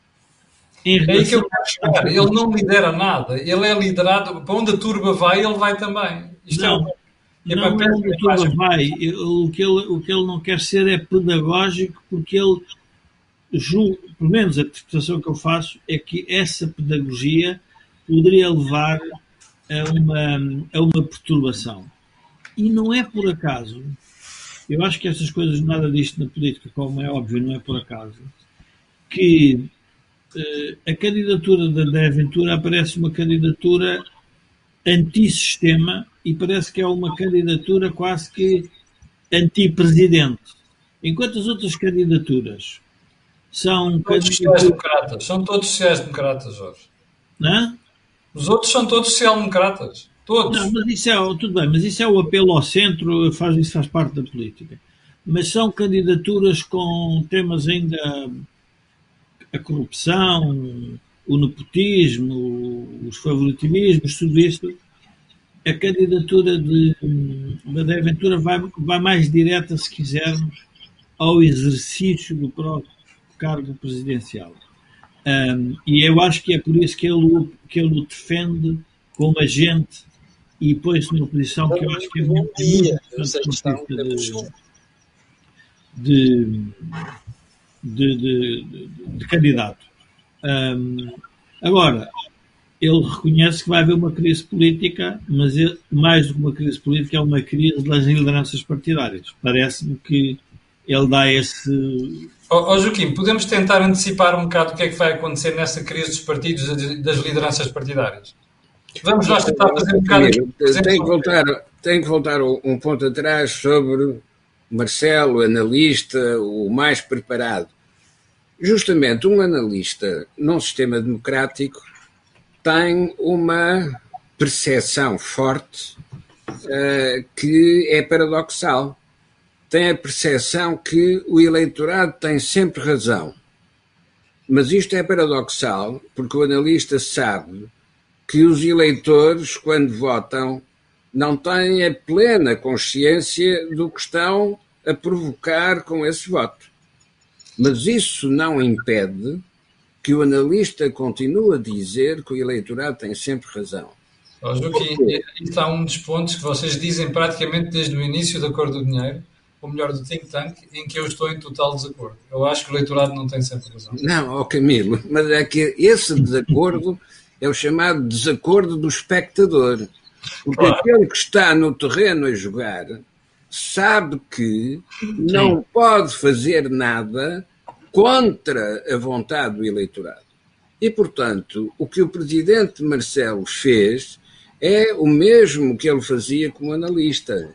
É aí que eu quero chegar. Ele não lidera nada. Ele é liderado. Para onde a turba vai, ele vai também. Isto não é onde a turba vai. O que ele não quer ser é pedagógico, porque ele julga, pelo menos a interpretação que eu faço, é que essa pedagogia poderia levar a uma perturbação. E não é por acaso. Eu acho que essas coisas, nada disto na política, como é óbvio, não é por acaso, que a candidatura da André Ventura aparece uma candidatura antissistema e parece que é uma candidatura quase que anti-presidente. Enquanto as outras candidaturas são todos sociais-democratas. São todos sociais-democratas, Jorge. Não? Os outros são todos social-democratas. Todos. Não, mas isso tudo bem, mas isso é o apelo ao centro, isso faz parte da política. Mas são candidaturas com temas ainda... a corrupção, o nepotismo, os favoritivismos, tudo isso, a candidatura de André Ventura vai mais direta, se quisermos, ao exercício do próprio cargo presidencial. E eu acho que é por isso que ele o defende como agente e põe-se numa posição que eu acho que é muito de candidato. Agora, ele reconhece que vai haver uma crise política, mas mais do que uma crise política, é uma crise das lideranças partidárias. Parece-me que ele dá esse... Joaquim, podemos tentar antecipar um bocado o que é que vai acontecer nessa crise dos partidos, das lideranças partidárias? Vamos nós tentar fazer um bocado... Tenho que voltar um ponto atrás sobre Marcelo, analista, o mais preparado. Justamente um analista num sistema democrático tem uma percepção forte que é paradoxal. Tem a percepção que o eleitorado tem sempre razão. Mas isto é paradoxal porque o analista sabe que os eleitores, quando votam, não têm a plena consciência do que estão a provocar com esse voto. Mas isso não impede que o analista continue a dizer que o eleitorado tem sempre razão. Joaquim, isto é um dos pontos que vocês dizem praticamente desde o início da Cor do Dinheiro, ou melhor, do think tank, em que eu estou em total desacordo. Eu acho que o eleitorado não tem sempre razão. Não, Camilo, mas é que esse desacordo é o chamado desacordo do espectador. Porque aquele que está no terreno a jogar sabe que não pode fazer nada contra a vontade do eleitorado. E, portanto, o que o presidente Marcelo fez é o mesmo que ele fazia como analista.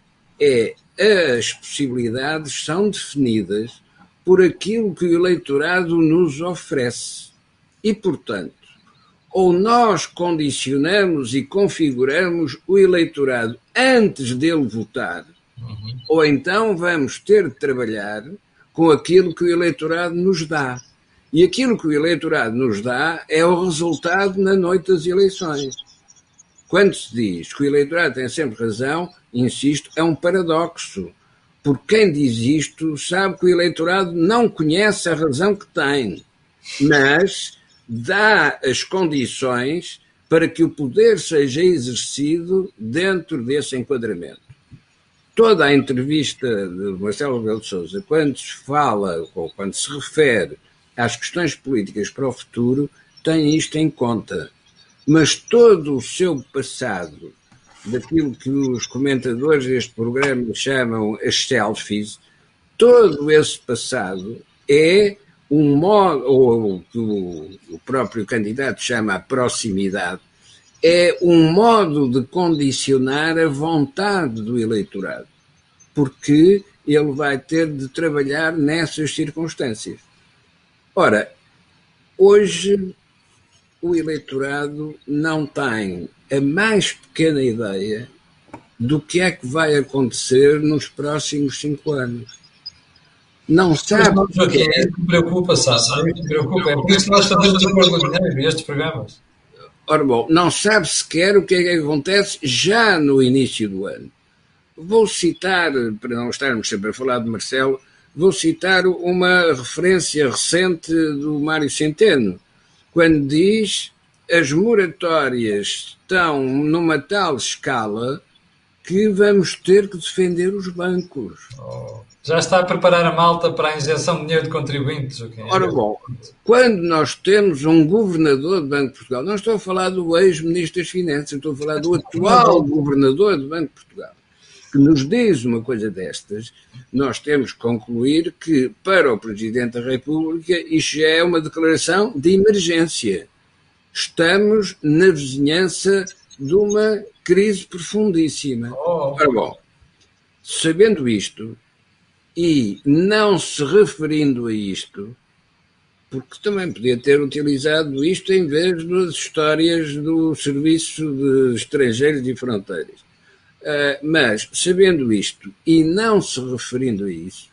As possibilidades são definidas por aquilo que o eleitorado nos oferece. E, portanto, ou nós condicionamos e configuramos o eleitorado antes dele votar, ou então vamos ter de trabalhar com aquilo que o eleitorado nos dá. E aquilo que o eleitorado nos dá é o resultado na noite das eleições. Quando se diz que o eleitorado tem sempre razão, insisto, é um paradoxo. Porque quem diz isto sabe que o eleitorado não conhece a razão que tem, mas dá as condições para que o poder seja exercido dentro desse enquadramento. Toda a entrevista de Marcelo Rebelo de Sousa, quando se fala ou quando se refere às questões políticas para o futuro, tem isto em conta. Mas todo o seu passado, daquilo que os comentadores deste programa chamam as selfies, todo esse passado é um modo, ou que o próprio candidato chama a proximidade, é um modo de condicionar a vontade do eleitorado, porque ele vai ter de trabalhar nessas circunstâncias. Ora, hoje o eleitorado não tem a mais pequena ideia do que é que vai acontecer nos próximos 5 anos. Não sabe. Mas, Joaquim, é que me preocupa, sabe? Me preocupa. É por isso que nós fazemos a Cor do Dinheiro estes programas. Ora bom, não sabe sequer o que é que acontece já no início do ano. Vou citar, para não estarmos sempre a falar de Marcelo, vou citar uma referência recente do Mário Centeno, quando diz as moratórias estão numa tal escala que vamos ter que defender os bancos. Já está a preparar a malta para a injeção de dinheiro de contribuintes, Joaquim? Ora bom, quando nós temos um governador do Banco de Portugal, não estou a falar do ex-ministro das Finanças, estou a falar do atual governador do Banco de Portugal, que nos diz uma coisa destas, nós temos que concluir que, para o Presidente da República, isto já é uma declaração de emergência. Estamos na vizinhança de uma crise profundíssima. Ora bom, sabendo isto, e não se referindo a isto, porque também podia ter utilizado isto em vez das histórias do Serviço de Estrangeiros e Fronteiras. Mas, sabendo isto e não se referindo a isso,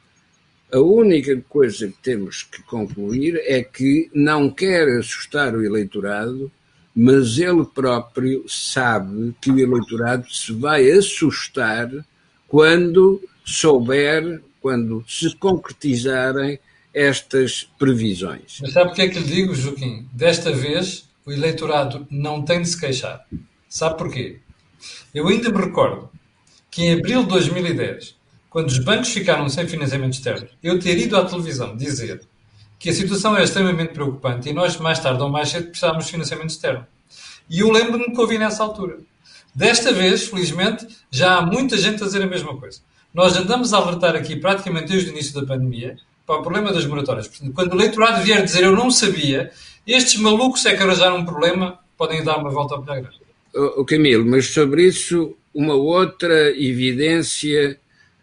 a única coisa que temos que concluir é que não quer assustar o eleitorado, mas ele próprio sabe que o eleitorado se vai assustar quando souber, quando se concretizarem estas previsões. Mas sabe o que é que lhe digo, Joaquim? Desta vez, o eleitorado não tem de se queixar. Sabe porquê? Eu ainda me recordo que em abril de 2010, quando os bancos ficaram sem financiamento externo, eu ter ido à televisão dizer que a situação é extremamente preocupante e nós, mais tarde ou mais cedo, precisávamos de financiamento externo. E eu lembro-me que ouvi nessa altura. Desta vez, felizmente, já há muita gente a dizer a mesma coisa. Nós andamos a alertar aqui praticamente desde o início da pandemia para o problema das moratórias. Portanto, quando o eleitorado vier dizer eu não sabia, estes malucos é que arranjaram um problema, podem dar uma volta ao vinagre. Camilo, mas sobre isso, uma outra evidência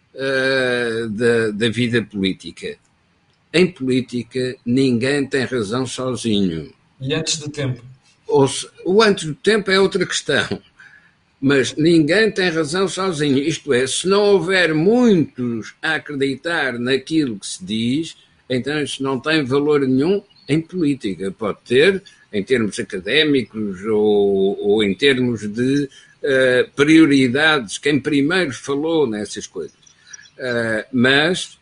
da vida política. Em política, ninguém tem razão sozinho. E antes do tempo. O antes do tempo é outra questão. Mas ninguém tem razão sozinho. Isto é, se não houver muitos a acreditar naquilo que se diz, então isso não tem valor nenhum em política. Pode ter em termos académicos ou em termos de prioridades, quem primeiro falou nessas coisas. Mas,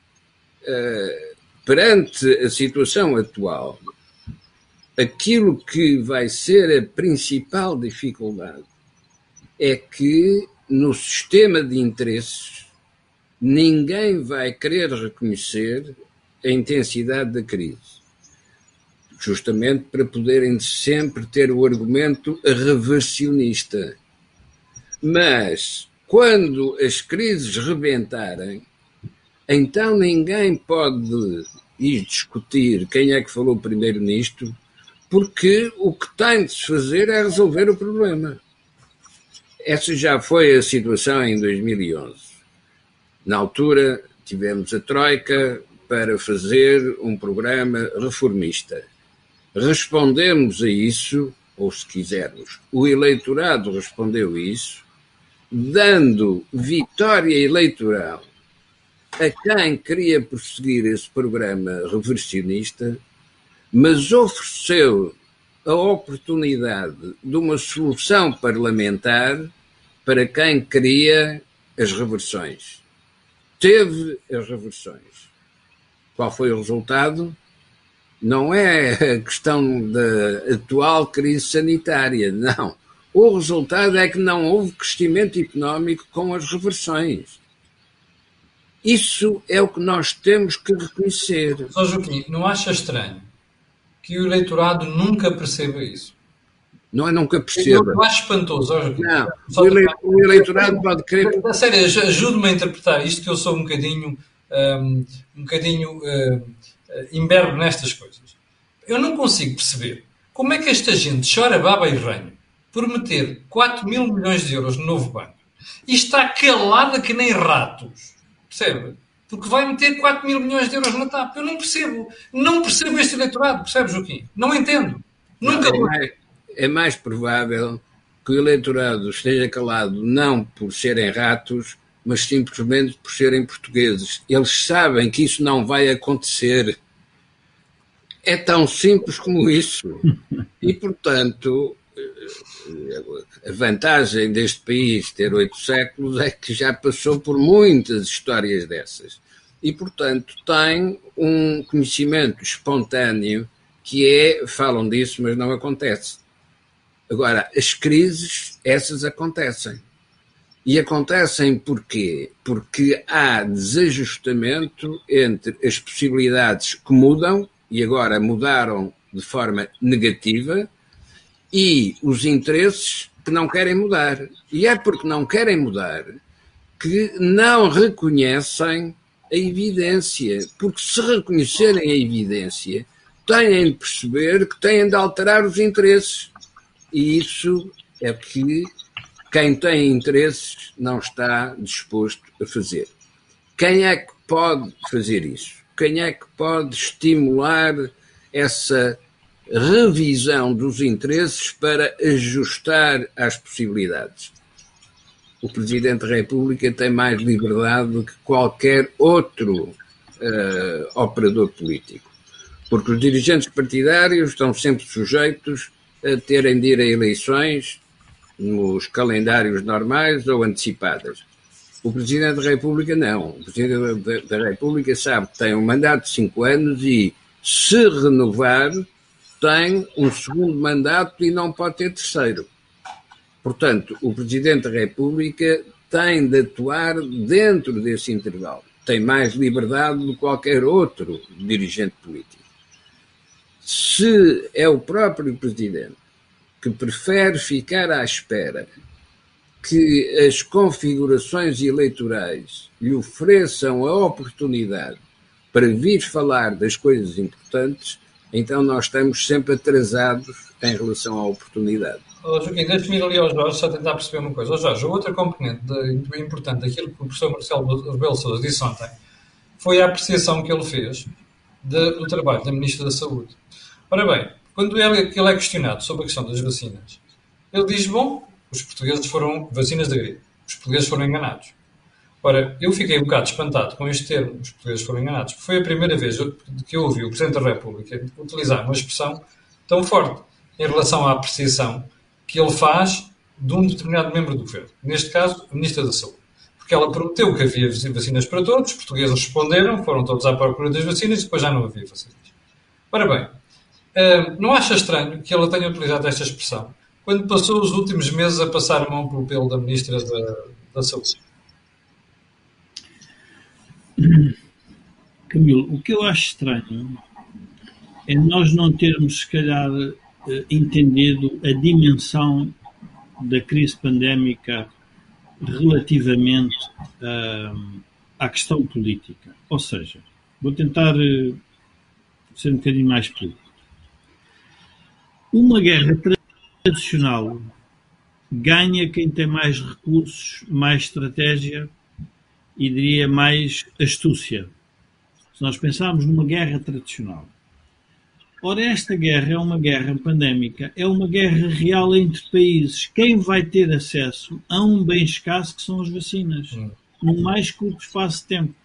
perante a situação atual, aquilo que vai ser a principal dificuldade é que no sistema de interesses ninguém vai querer reconhecer a intensidade da crise, justamente para poderem sempre ter o argumento reversionista. Mas quando as crises rebentarem, então ninguém pode ir discutir quem é que falou primeiro nisto, porque o que tem de se fazer é resolver o problema. Essa já foi a situação em 2011. Na altura, tivemos a Troika para fazer um programa reformista. Respondemos a isso, ou se quisermos, o eleitorado respondeu a isso, dando vitória eleitoral a quem queria prosseguir esse programa reversionista, mas ofereceu a oportunidade de uma solução parlamentar para quem queria as reversões. Teve as reversões. Qual foi o resultado? Não é a questão da atual crise sanitária, não. O resultado é que não houve crescimento económico com as reversões. Isso é o que nós temos que reconhecer. Só Joaquim, não acha estranho que o eleitorado nunca perceba isso? Não é nunca perceba. Eu acho espantoso. Não, o eleitorado pode querer... A sério, ajude-me a interpretar isto, que eu sou um bocadinho imberbe nestas coisas. Eu não consigo perceber como é que esta gente chora baba e ranho por meter 4 mil milhões de euros no novo banco e está calada que nem ratos. Percebe? Porque vai meter 4 mil milhões de euros na TAP. Eu não percebo. Não percebo este eleitorado. Percebe, Joaquim? Não entendo. Nunca. É mais provável que o eleitorado esteja calado não por serem ratos, mas simplesmente por serem portugueses. Eles sabem que isso não vai acontecer. É tão simples como isso. E, portanto, a vantagem deste país ter 8 séculos é que já passou por muitas histórias dessas. E, portanto, tem um conhecimento espontâneo que falam disso, mas não acontece. Agora, as crises, essas acontecem. E acontecem porquê? Porque há desajustamento entre as possibilidades que mudam, e agora mudaram de forma negativa, e os interesses que não querem mudar. E é porque não querem mudar que não reconhecem a evidência. Porque se reconhecerem a evidência, têm de perceber que têm de alterar os interesses. E isso é que quem tem interesses não está disposto a fazer. Quem é que pode fazer isso? Quem é que pode estimular essa revisão dos interesses para ajustar às possibilidades? O Presidente da República tem mais liberdade do que qualquer outro operador político. Porque os dirigentes partidários estão sempre sujeitos a terem de ir a eleições nos calendários normais ou antecipadas. O Presidente da República não. O Presidente da República sabe que tem um mandato de 5 anos e, se renovar, tem um segundo mandato e não pode ter terceiro. Portanto, o Presidente da República tem de atuar dentro desse intervalo. Tem mais liberdade do que qualquer outro dirigente político. Se é o próprio Presidente que prefere ficar à espera que as configurações eleitorais lhe ofereçam a oportunidade para vir falar das coisas importantes, então nós estamos sempre atrasados em relação à oportunidade. Joaquim, deixe-me ir ali ao Jorge só tentar perceber uma coisa. Jorge, a outra componente importante daquilo que o professor Marcelo Rebelo de Sousa disse ontem foi a apreciação que ele fez do trabalho da Ministra da Saúde. Ora bem, quando ele é questionado sobre a questão das vacinas, ele diz, bom, os portugueses foram vacinas da gripe, os portugueses foram enganados. Ora, eu fiquei um bocado espantado com este termo, os portugueses foram enganados, porque foi a primeira vez que eu ouvi o Presidente da República utilizar uma expressão tão forte em relação à apreciação que ele faz de um determinado membro do governo. Neste caso, a Ministra da Saúde. Porque ela prometeu que havia vacinas para todos, os portugueses responderam, foram todos à procura das vacinas e depois já não havia vacinas. Ora bem, não acha estranho que ela tenha utilizado esta expressão quando passou os últimos meses a passar a mão pelo pelo da Ministra da Saúde? Camilo, o que eu acho estranho é nós não termos, se calhar, entendido a dimensão da crise pandémica relativamente à questão política. Ou seja, vou tentar ser um bocadinho mais político. Uma guerra tradicional ganha quem tem mais recursos, mais estratégia e, diria, mais astúcia. Se nós pensarmos numa guerra tradicional. Ora, esta guerra é uma guerra pandémica, é uma guerra real entre países. Quem vai ter acesso a um bem escasso que são as vacinas, no mais curto espaço de tempo.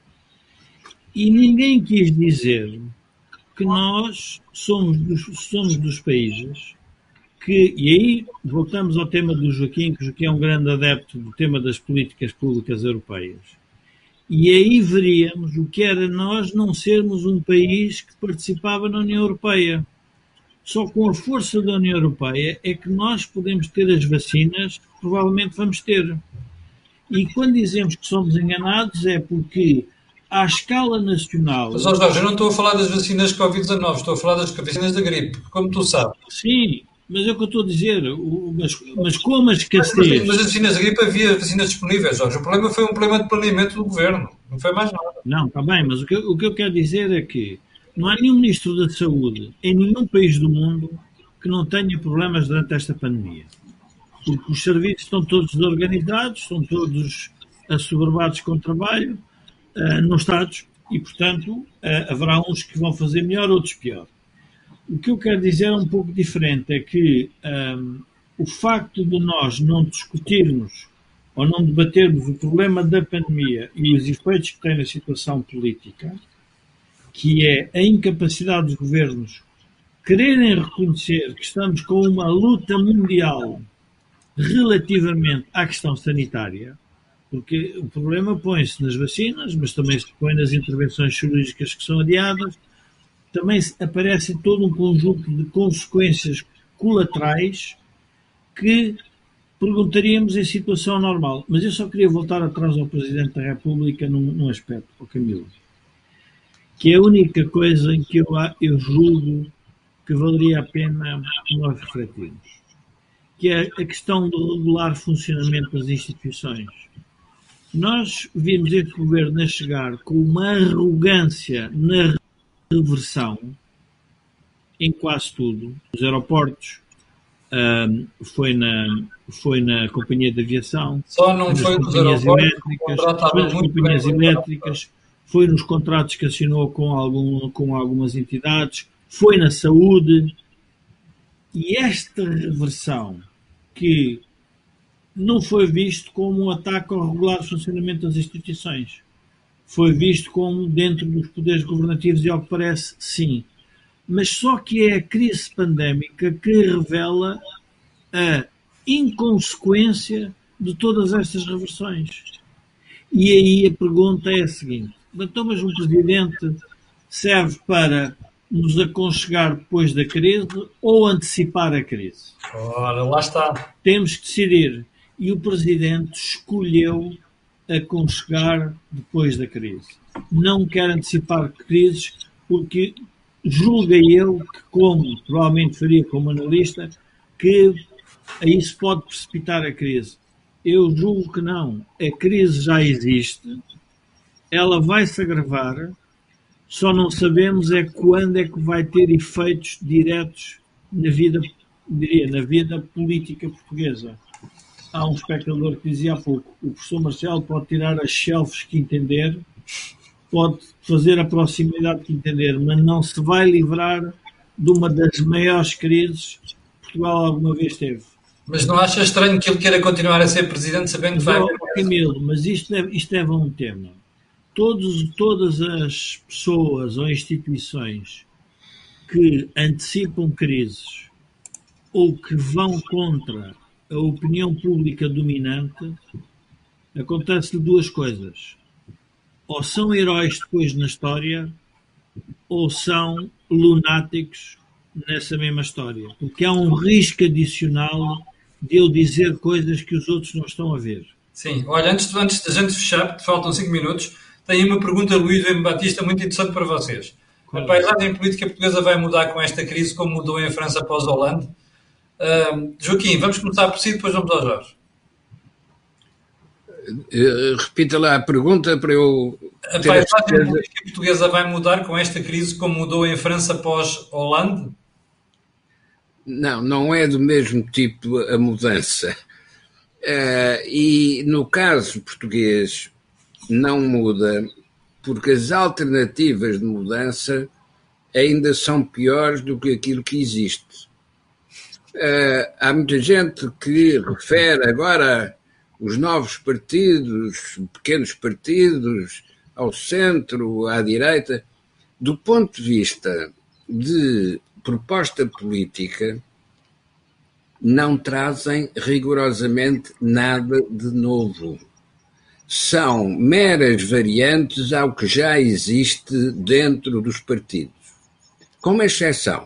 E ninguém quis dizer que nós somos dos países que, e aí voltamos ao tema do Joaquim, que o Joaquim é um grande adepto do tema das políticas públicas europeias. E aí veríamos o que era nós não sermos um país que participava na União Europeia. Só com a força da União Europeia é que nós podemos ter as vacinas que provavelmente vamos ter. E quando dizemos que somos enganados é porque, à escala nacional... Mas, Jorge, eu não estou a falar das vacinas Covid-19, estou a falar das vacinas da gripe, como tu sabes. Sim, mas é o que eu estou a dizer. Mas como a escassez... Mas as vacinas da gripe havia vacinas disponíveis, Jorge. O problema foi um problema de planeamento do governo. Não foi mais nada. Não, está bem, mas o que eu quero dizer é que não há nenhum ministro da Saúde em nenhum país do mundo que não tenha problemas durante esta pandemia. Porque os serviços estão todos desorganizados, estão todos assoberbados com trabalho, nos Estados, e, portanto, haverá uns que vão fazer melhor, outros pior. O que eu quero dizer é um pouco diferente, é que o facto de nós não discutirmos ou não debatermos o problema da pandemia e os efeitos que tem na situação política, que é a incapacidade dos governos quererem reconhecer que estamos com uma luta mundial relativamente à questão sanitária, porque o problema põe-se nas vacinas, mas também se põe nas intervenções cirúrgicas que são adiadas, também aparece todo um conjunto de consequências colaterais que perguntaríamos em situação normal. Mas eu só queria voltar atrás ao Presidente da República num aspecto, ao Camilo, que é a única coisa em que eu julgo que valeria a pena nós refletirmos, que é a questão do regular funcionamento das instituições. Nós vimos este governo a chegar com uma arrogância na reversão em quase tudo. Os aeroportos, foi na companhia de aviação, só não foi nos aeroportos, foi nas companhias elétricas, foi nos contratos que assinou com algumas entidades, foi na saúde. E esta reversão, que não foi visto como um ataque ao regular funcionamento das instituições, foi visto como dentro dos poderes governativos e, ao que parece, sim. Mas só que é a crise pandémica que revela a inconsequência de todas estas reversões. E aí a pergunta é a seguinte: então, mas um presidente serve para nos aconchegar depois da crise ou antecipar a crise? Ora, lá está. Temos que decidir. E o presidente escolheu aconchegar depois da crise. Não quer antecipar crises porque julga ele que, como provavelmente faria como analista, que aí se pode precipitar a crise. Eu julgo que não. A crise já existe, ela vai se agravar, só não sabemos é quando é que vai ter efeitos diretos na vida, diria, na vida política portuguesa. Há um espectador que dizia há pouco, o professor Marcelo pode tirar as shelves que entender, pode fazer a proximidade que entender, mas não se vai livrar de uma das maiores crises que Portugal alguma vez teve. Mas não acha estranho que ele queira continuar a ser presidente sabendo que vai haver... Camilo, mas isto leva a um tema. Todas as pessoas ou instituições que antecipam crises ou que vão contra a opinião pública dominante, acontece-lhe duas coisas. Ou são heróis depois na história, ou são lunáticos nessa mesma história. Porque há um risco adicional de eu dizer coisas que os outros não estão a ver. Sim, olha, antes da gente fechar, faltam 5 minutos, tenho uma pergunta, Luís M. Batista, muito interessante para vocês. A paisagem política portuguesa vai mudar com esta crise, como mudou em França após Hollande? Joaquim, vamos começar por si, depois vamos ao Jorge. Repita lá a pergunta para eu... A paisagem política portuguesa vai mudar com esta crise, como mudou em França após Hollande? Não, não é do mesmo tipo a mudança. E no caso português não muda, porque as alternativas de mudança ainda são piores do que aquilo que existe. Há muita gente que refere agora os novos partidos, pequenos partidos, ao centro, à direita. Do ponto de vista de proposta política, não trazem rigorosamente nada de novo. São meras variantes ao que já existe dentro dos partidos. Com uma exceção.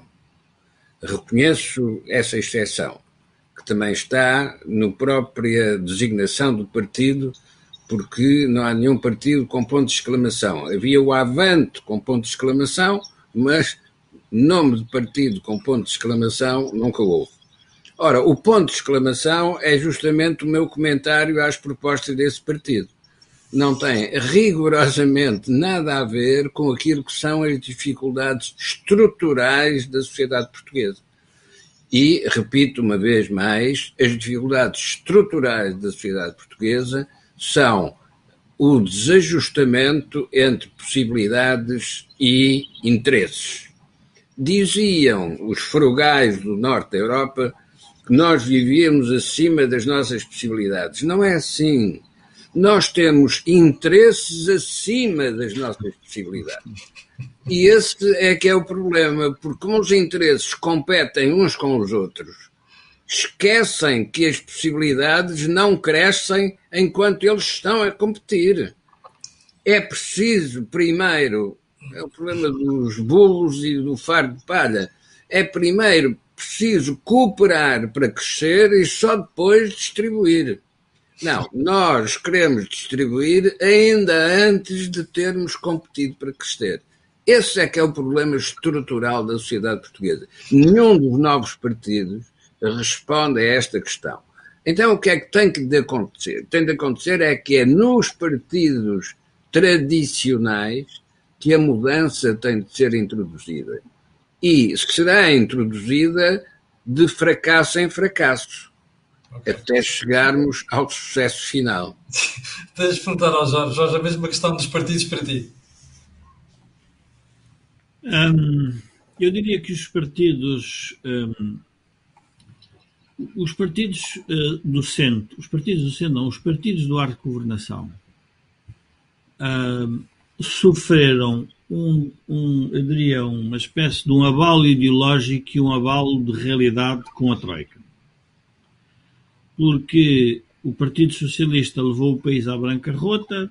Reconheço essa exceção, que também está na própria designação do partido, porque não há nenhum partido com ponto de exclamação. Havia o Avante com ponto de exclamação, mas nome de partido com ponto de exclamação nunca houve. Ora, o ponto de exclamação é justamente o meu comentário às propostas desse partido. Não tem rigorosamente nada a ver com aquilo que são as dificuldades estruturais da sociedade portuguesa. E, repito uma vez mais, as dificuldades estruturais da sociedade portuguesa são o desajustamento entre possibilidades e interesses. Diziam os frugais do norte da Europa que nós vivíamos acima das nossas possibilidades. Não é assim. Nós temos interesses acima das nossas possibilidades. E esse é que é o problema, porque como os interesses competem uns com os outros, esquecem que as possibilidades não crescem enquanto eles estão a competir. É preciso, primeiro, é o problema dos bolos e do fardo de palha, é primeiro preciso cooperar para crescer e só depois distribuir. Não, nós queremos distribuir ainda antes de termos competido para crescer. Esse é que é o problema estrutural da sociedade portuguesa. Nenhum dos novos partidos responde a esta questão. Então o que é que tem de acontecer? Tem de acontecer é que é nos partidos tradicionais que a mudança tem de ser introduzida. E será introduzida de fracasso em fracasso. Okay. Até chegarmos ao sucesso final. Tens de perguntar ao Jorge. Jorge, a mesma questão dos partidos para ti. Eu diria que os partidos do centro, os partidos do arco de governação sofreram eu diria, uma espécie de um abalo ideológico e um abalo de realidade com a Troika. Porque o Partido Socialista levou o país à bancarrota,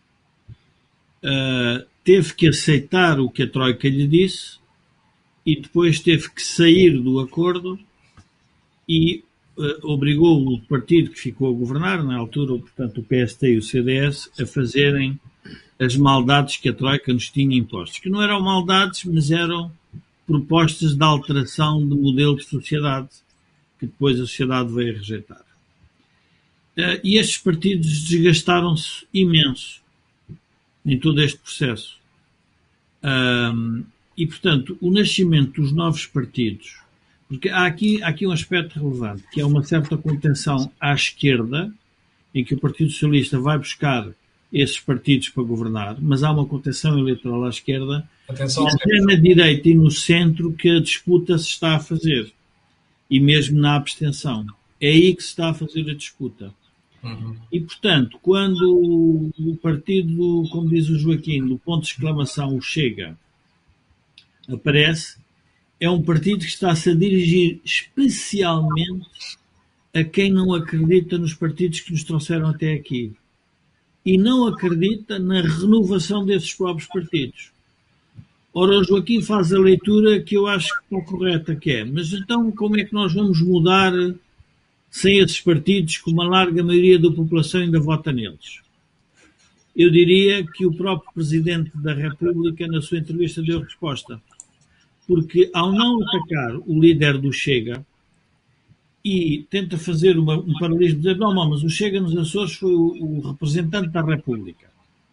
teve que aceitar o que a Troika lhe disse e depois teve que sair do acordo e obrigou o partido que ficou a governar, na altura, portanto, o PST e o CDS, a fazerem as maldades que a Troika nos tinha impostos. Que não eram maldades, mas eram propostas de alteração de modelo de sociedade, que depois a sociedade veio a rejeitar. E estes partidos desgastaram-se imenso em todo este processo. E, portanto, o nascimento dos novos partidos, porque há aqui um aspecto relevante, que é uma certa contenção à esquerda, em que o Partido Socialista vai buscar esses partidos para governar, mas há uma contenção eleitoral à esquerda, Atenção, e é na direita e no centro que a disputa se está a fazer, e mesmo na abstenção. É aí que se está a fazer a disputa. E, portanto, quando o partido, como diz o Joaquim, do ponto de exclamação, o Chega, aparece, é um partido que está-se a dirigir especialmente a quem não acredita nos partidos que nos trouxeram até aqui e não acredita na renovação desses próprios partidos. Ora, o Joaquim faz a leitura que eu acho que é correta, que é, mas então como é que nós vamos mudar sem esses partidos que uma larga maioria da população ainda vota neles? Eu diria que o próprio Presidente da República, na sua entrevista, deu resposta. Porque, ao não atacar o líder do Chega e tenta fazer um paralelismo, dizer, não, mas o Chega nos Açores foi o representante da República.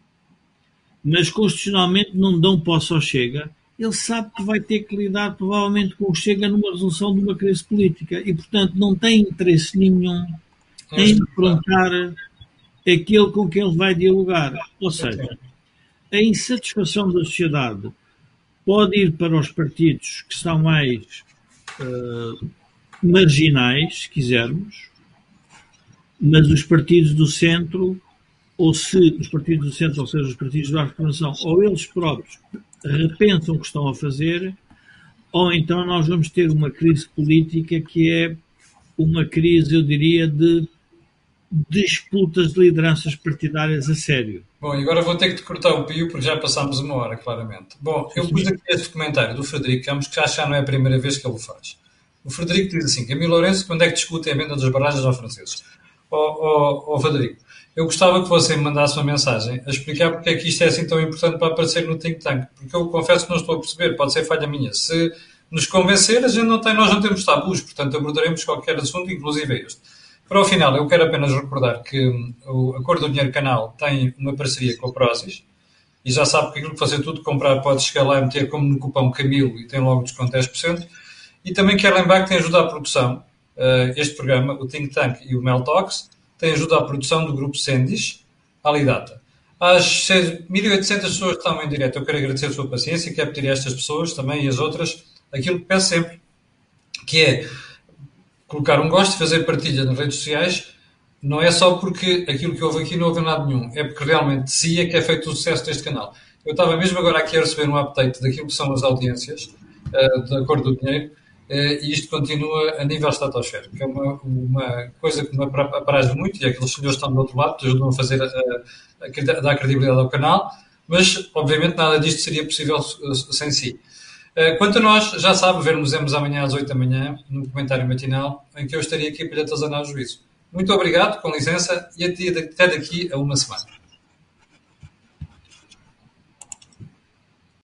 Mas, constitucionalmente, não dão posse ao Chega. Ele sabe que vai ter que lidar, provavelmente, com o Chega numa resolução de uma crise política. E, portanto, não tem interesse nenhum em enfrentar aquele com quem ele vai dialogar. Ou seja, a insatisfação da sociedade pode ir para os partidos que são mais marginais, se quisermos, mas os partidos do centro, ou se os partidos do centro, ou seja, os partidos da articulação, ou eles próprios repensam o que estão a fazer, ou então nós vamos ter uma crise política que é uma crise, eu diria, de disputas de lideranças partidárias a sério. Bom, e agora vou ter que te cortar o pio porque já passámos uma hora, claramente. Bom, eu pus aqui este comentário do Frederico Campos, que já não é a primeira vez que ele o faz. O Frederico diz assim, Camilo Lourenço, quando é que discutem a venda das barragens aos franceses? Frederico, eu gostava que você me mandasse uma mensagem a explicar porque é que isto é assim tão importante para aparecer no think tank, porque eu confesso que não estou a perceber, pode ser falha minha. Se nos convencer, nós não temos tabus, portanto abordaremos qualquer assunto, inclusive este. Para o final, eu quero apenas recordar que o Acordo do Dinheiro Canal tem uma parceria com a Prozis e já sabe que aquilo que você tudo comprar pode chegar lá e meter como no cupom Camilo e tem logo desconto 10%. E também quero lembrar que tem ajuda à produção. Este programa, o Think Tank e o Mel Talks, tem ajuda à produção do grupo Sendis, Alidata. Às 1.800 pessoas que estão em direto, eu quero agradecer a sua paciência e quero pedir a estas pessoas também e as outras aquilo que peço sempre, que é colocar um gosto e fazer partilha nas redes sociais. Não é só porque aquilo que houve aqui não houve nada nenhum, é porque realmente de si é que é feito o sucesso deste canal. Eu estava mesmo agora aqui a receber um update daquilo que são as audiências de Acordo do Dinheiro e isto continua a nível estratosférico, que é uma coisa que me apraz muito e aqueles senhores que estão do outro lado que ajudam a fazer a dar credibilidade ao canal, mas obviamente nada disto seria possível sem si. Quanto a nós, já sabe, vermos amanhã às 8 da manhã no comentário matinal em que eu estaria aqui para lhe atazanar o juízo. Muito obrigado, com licença, e até daqui a uma semana.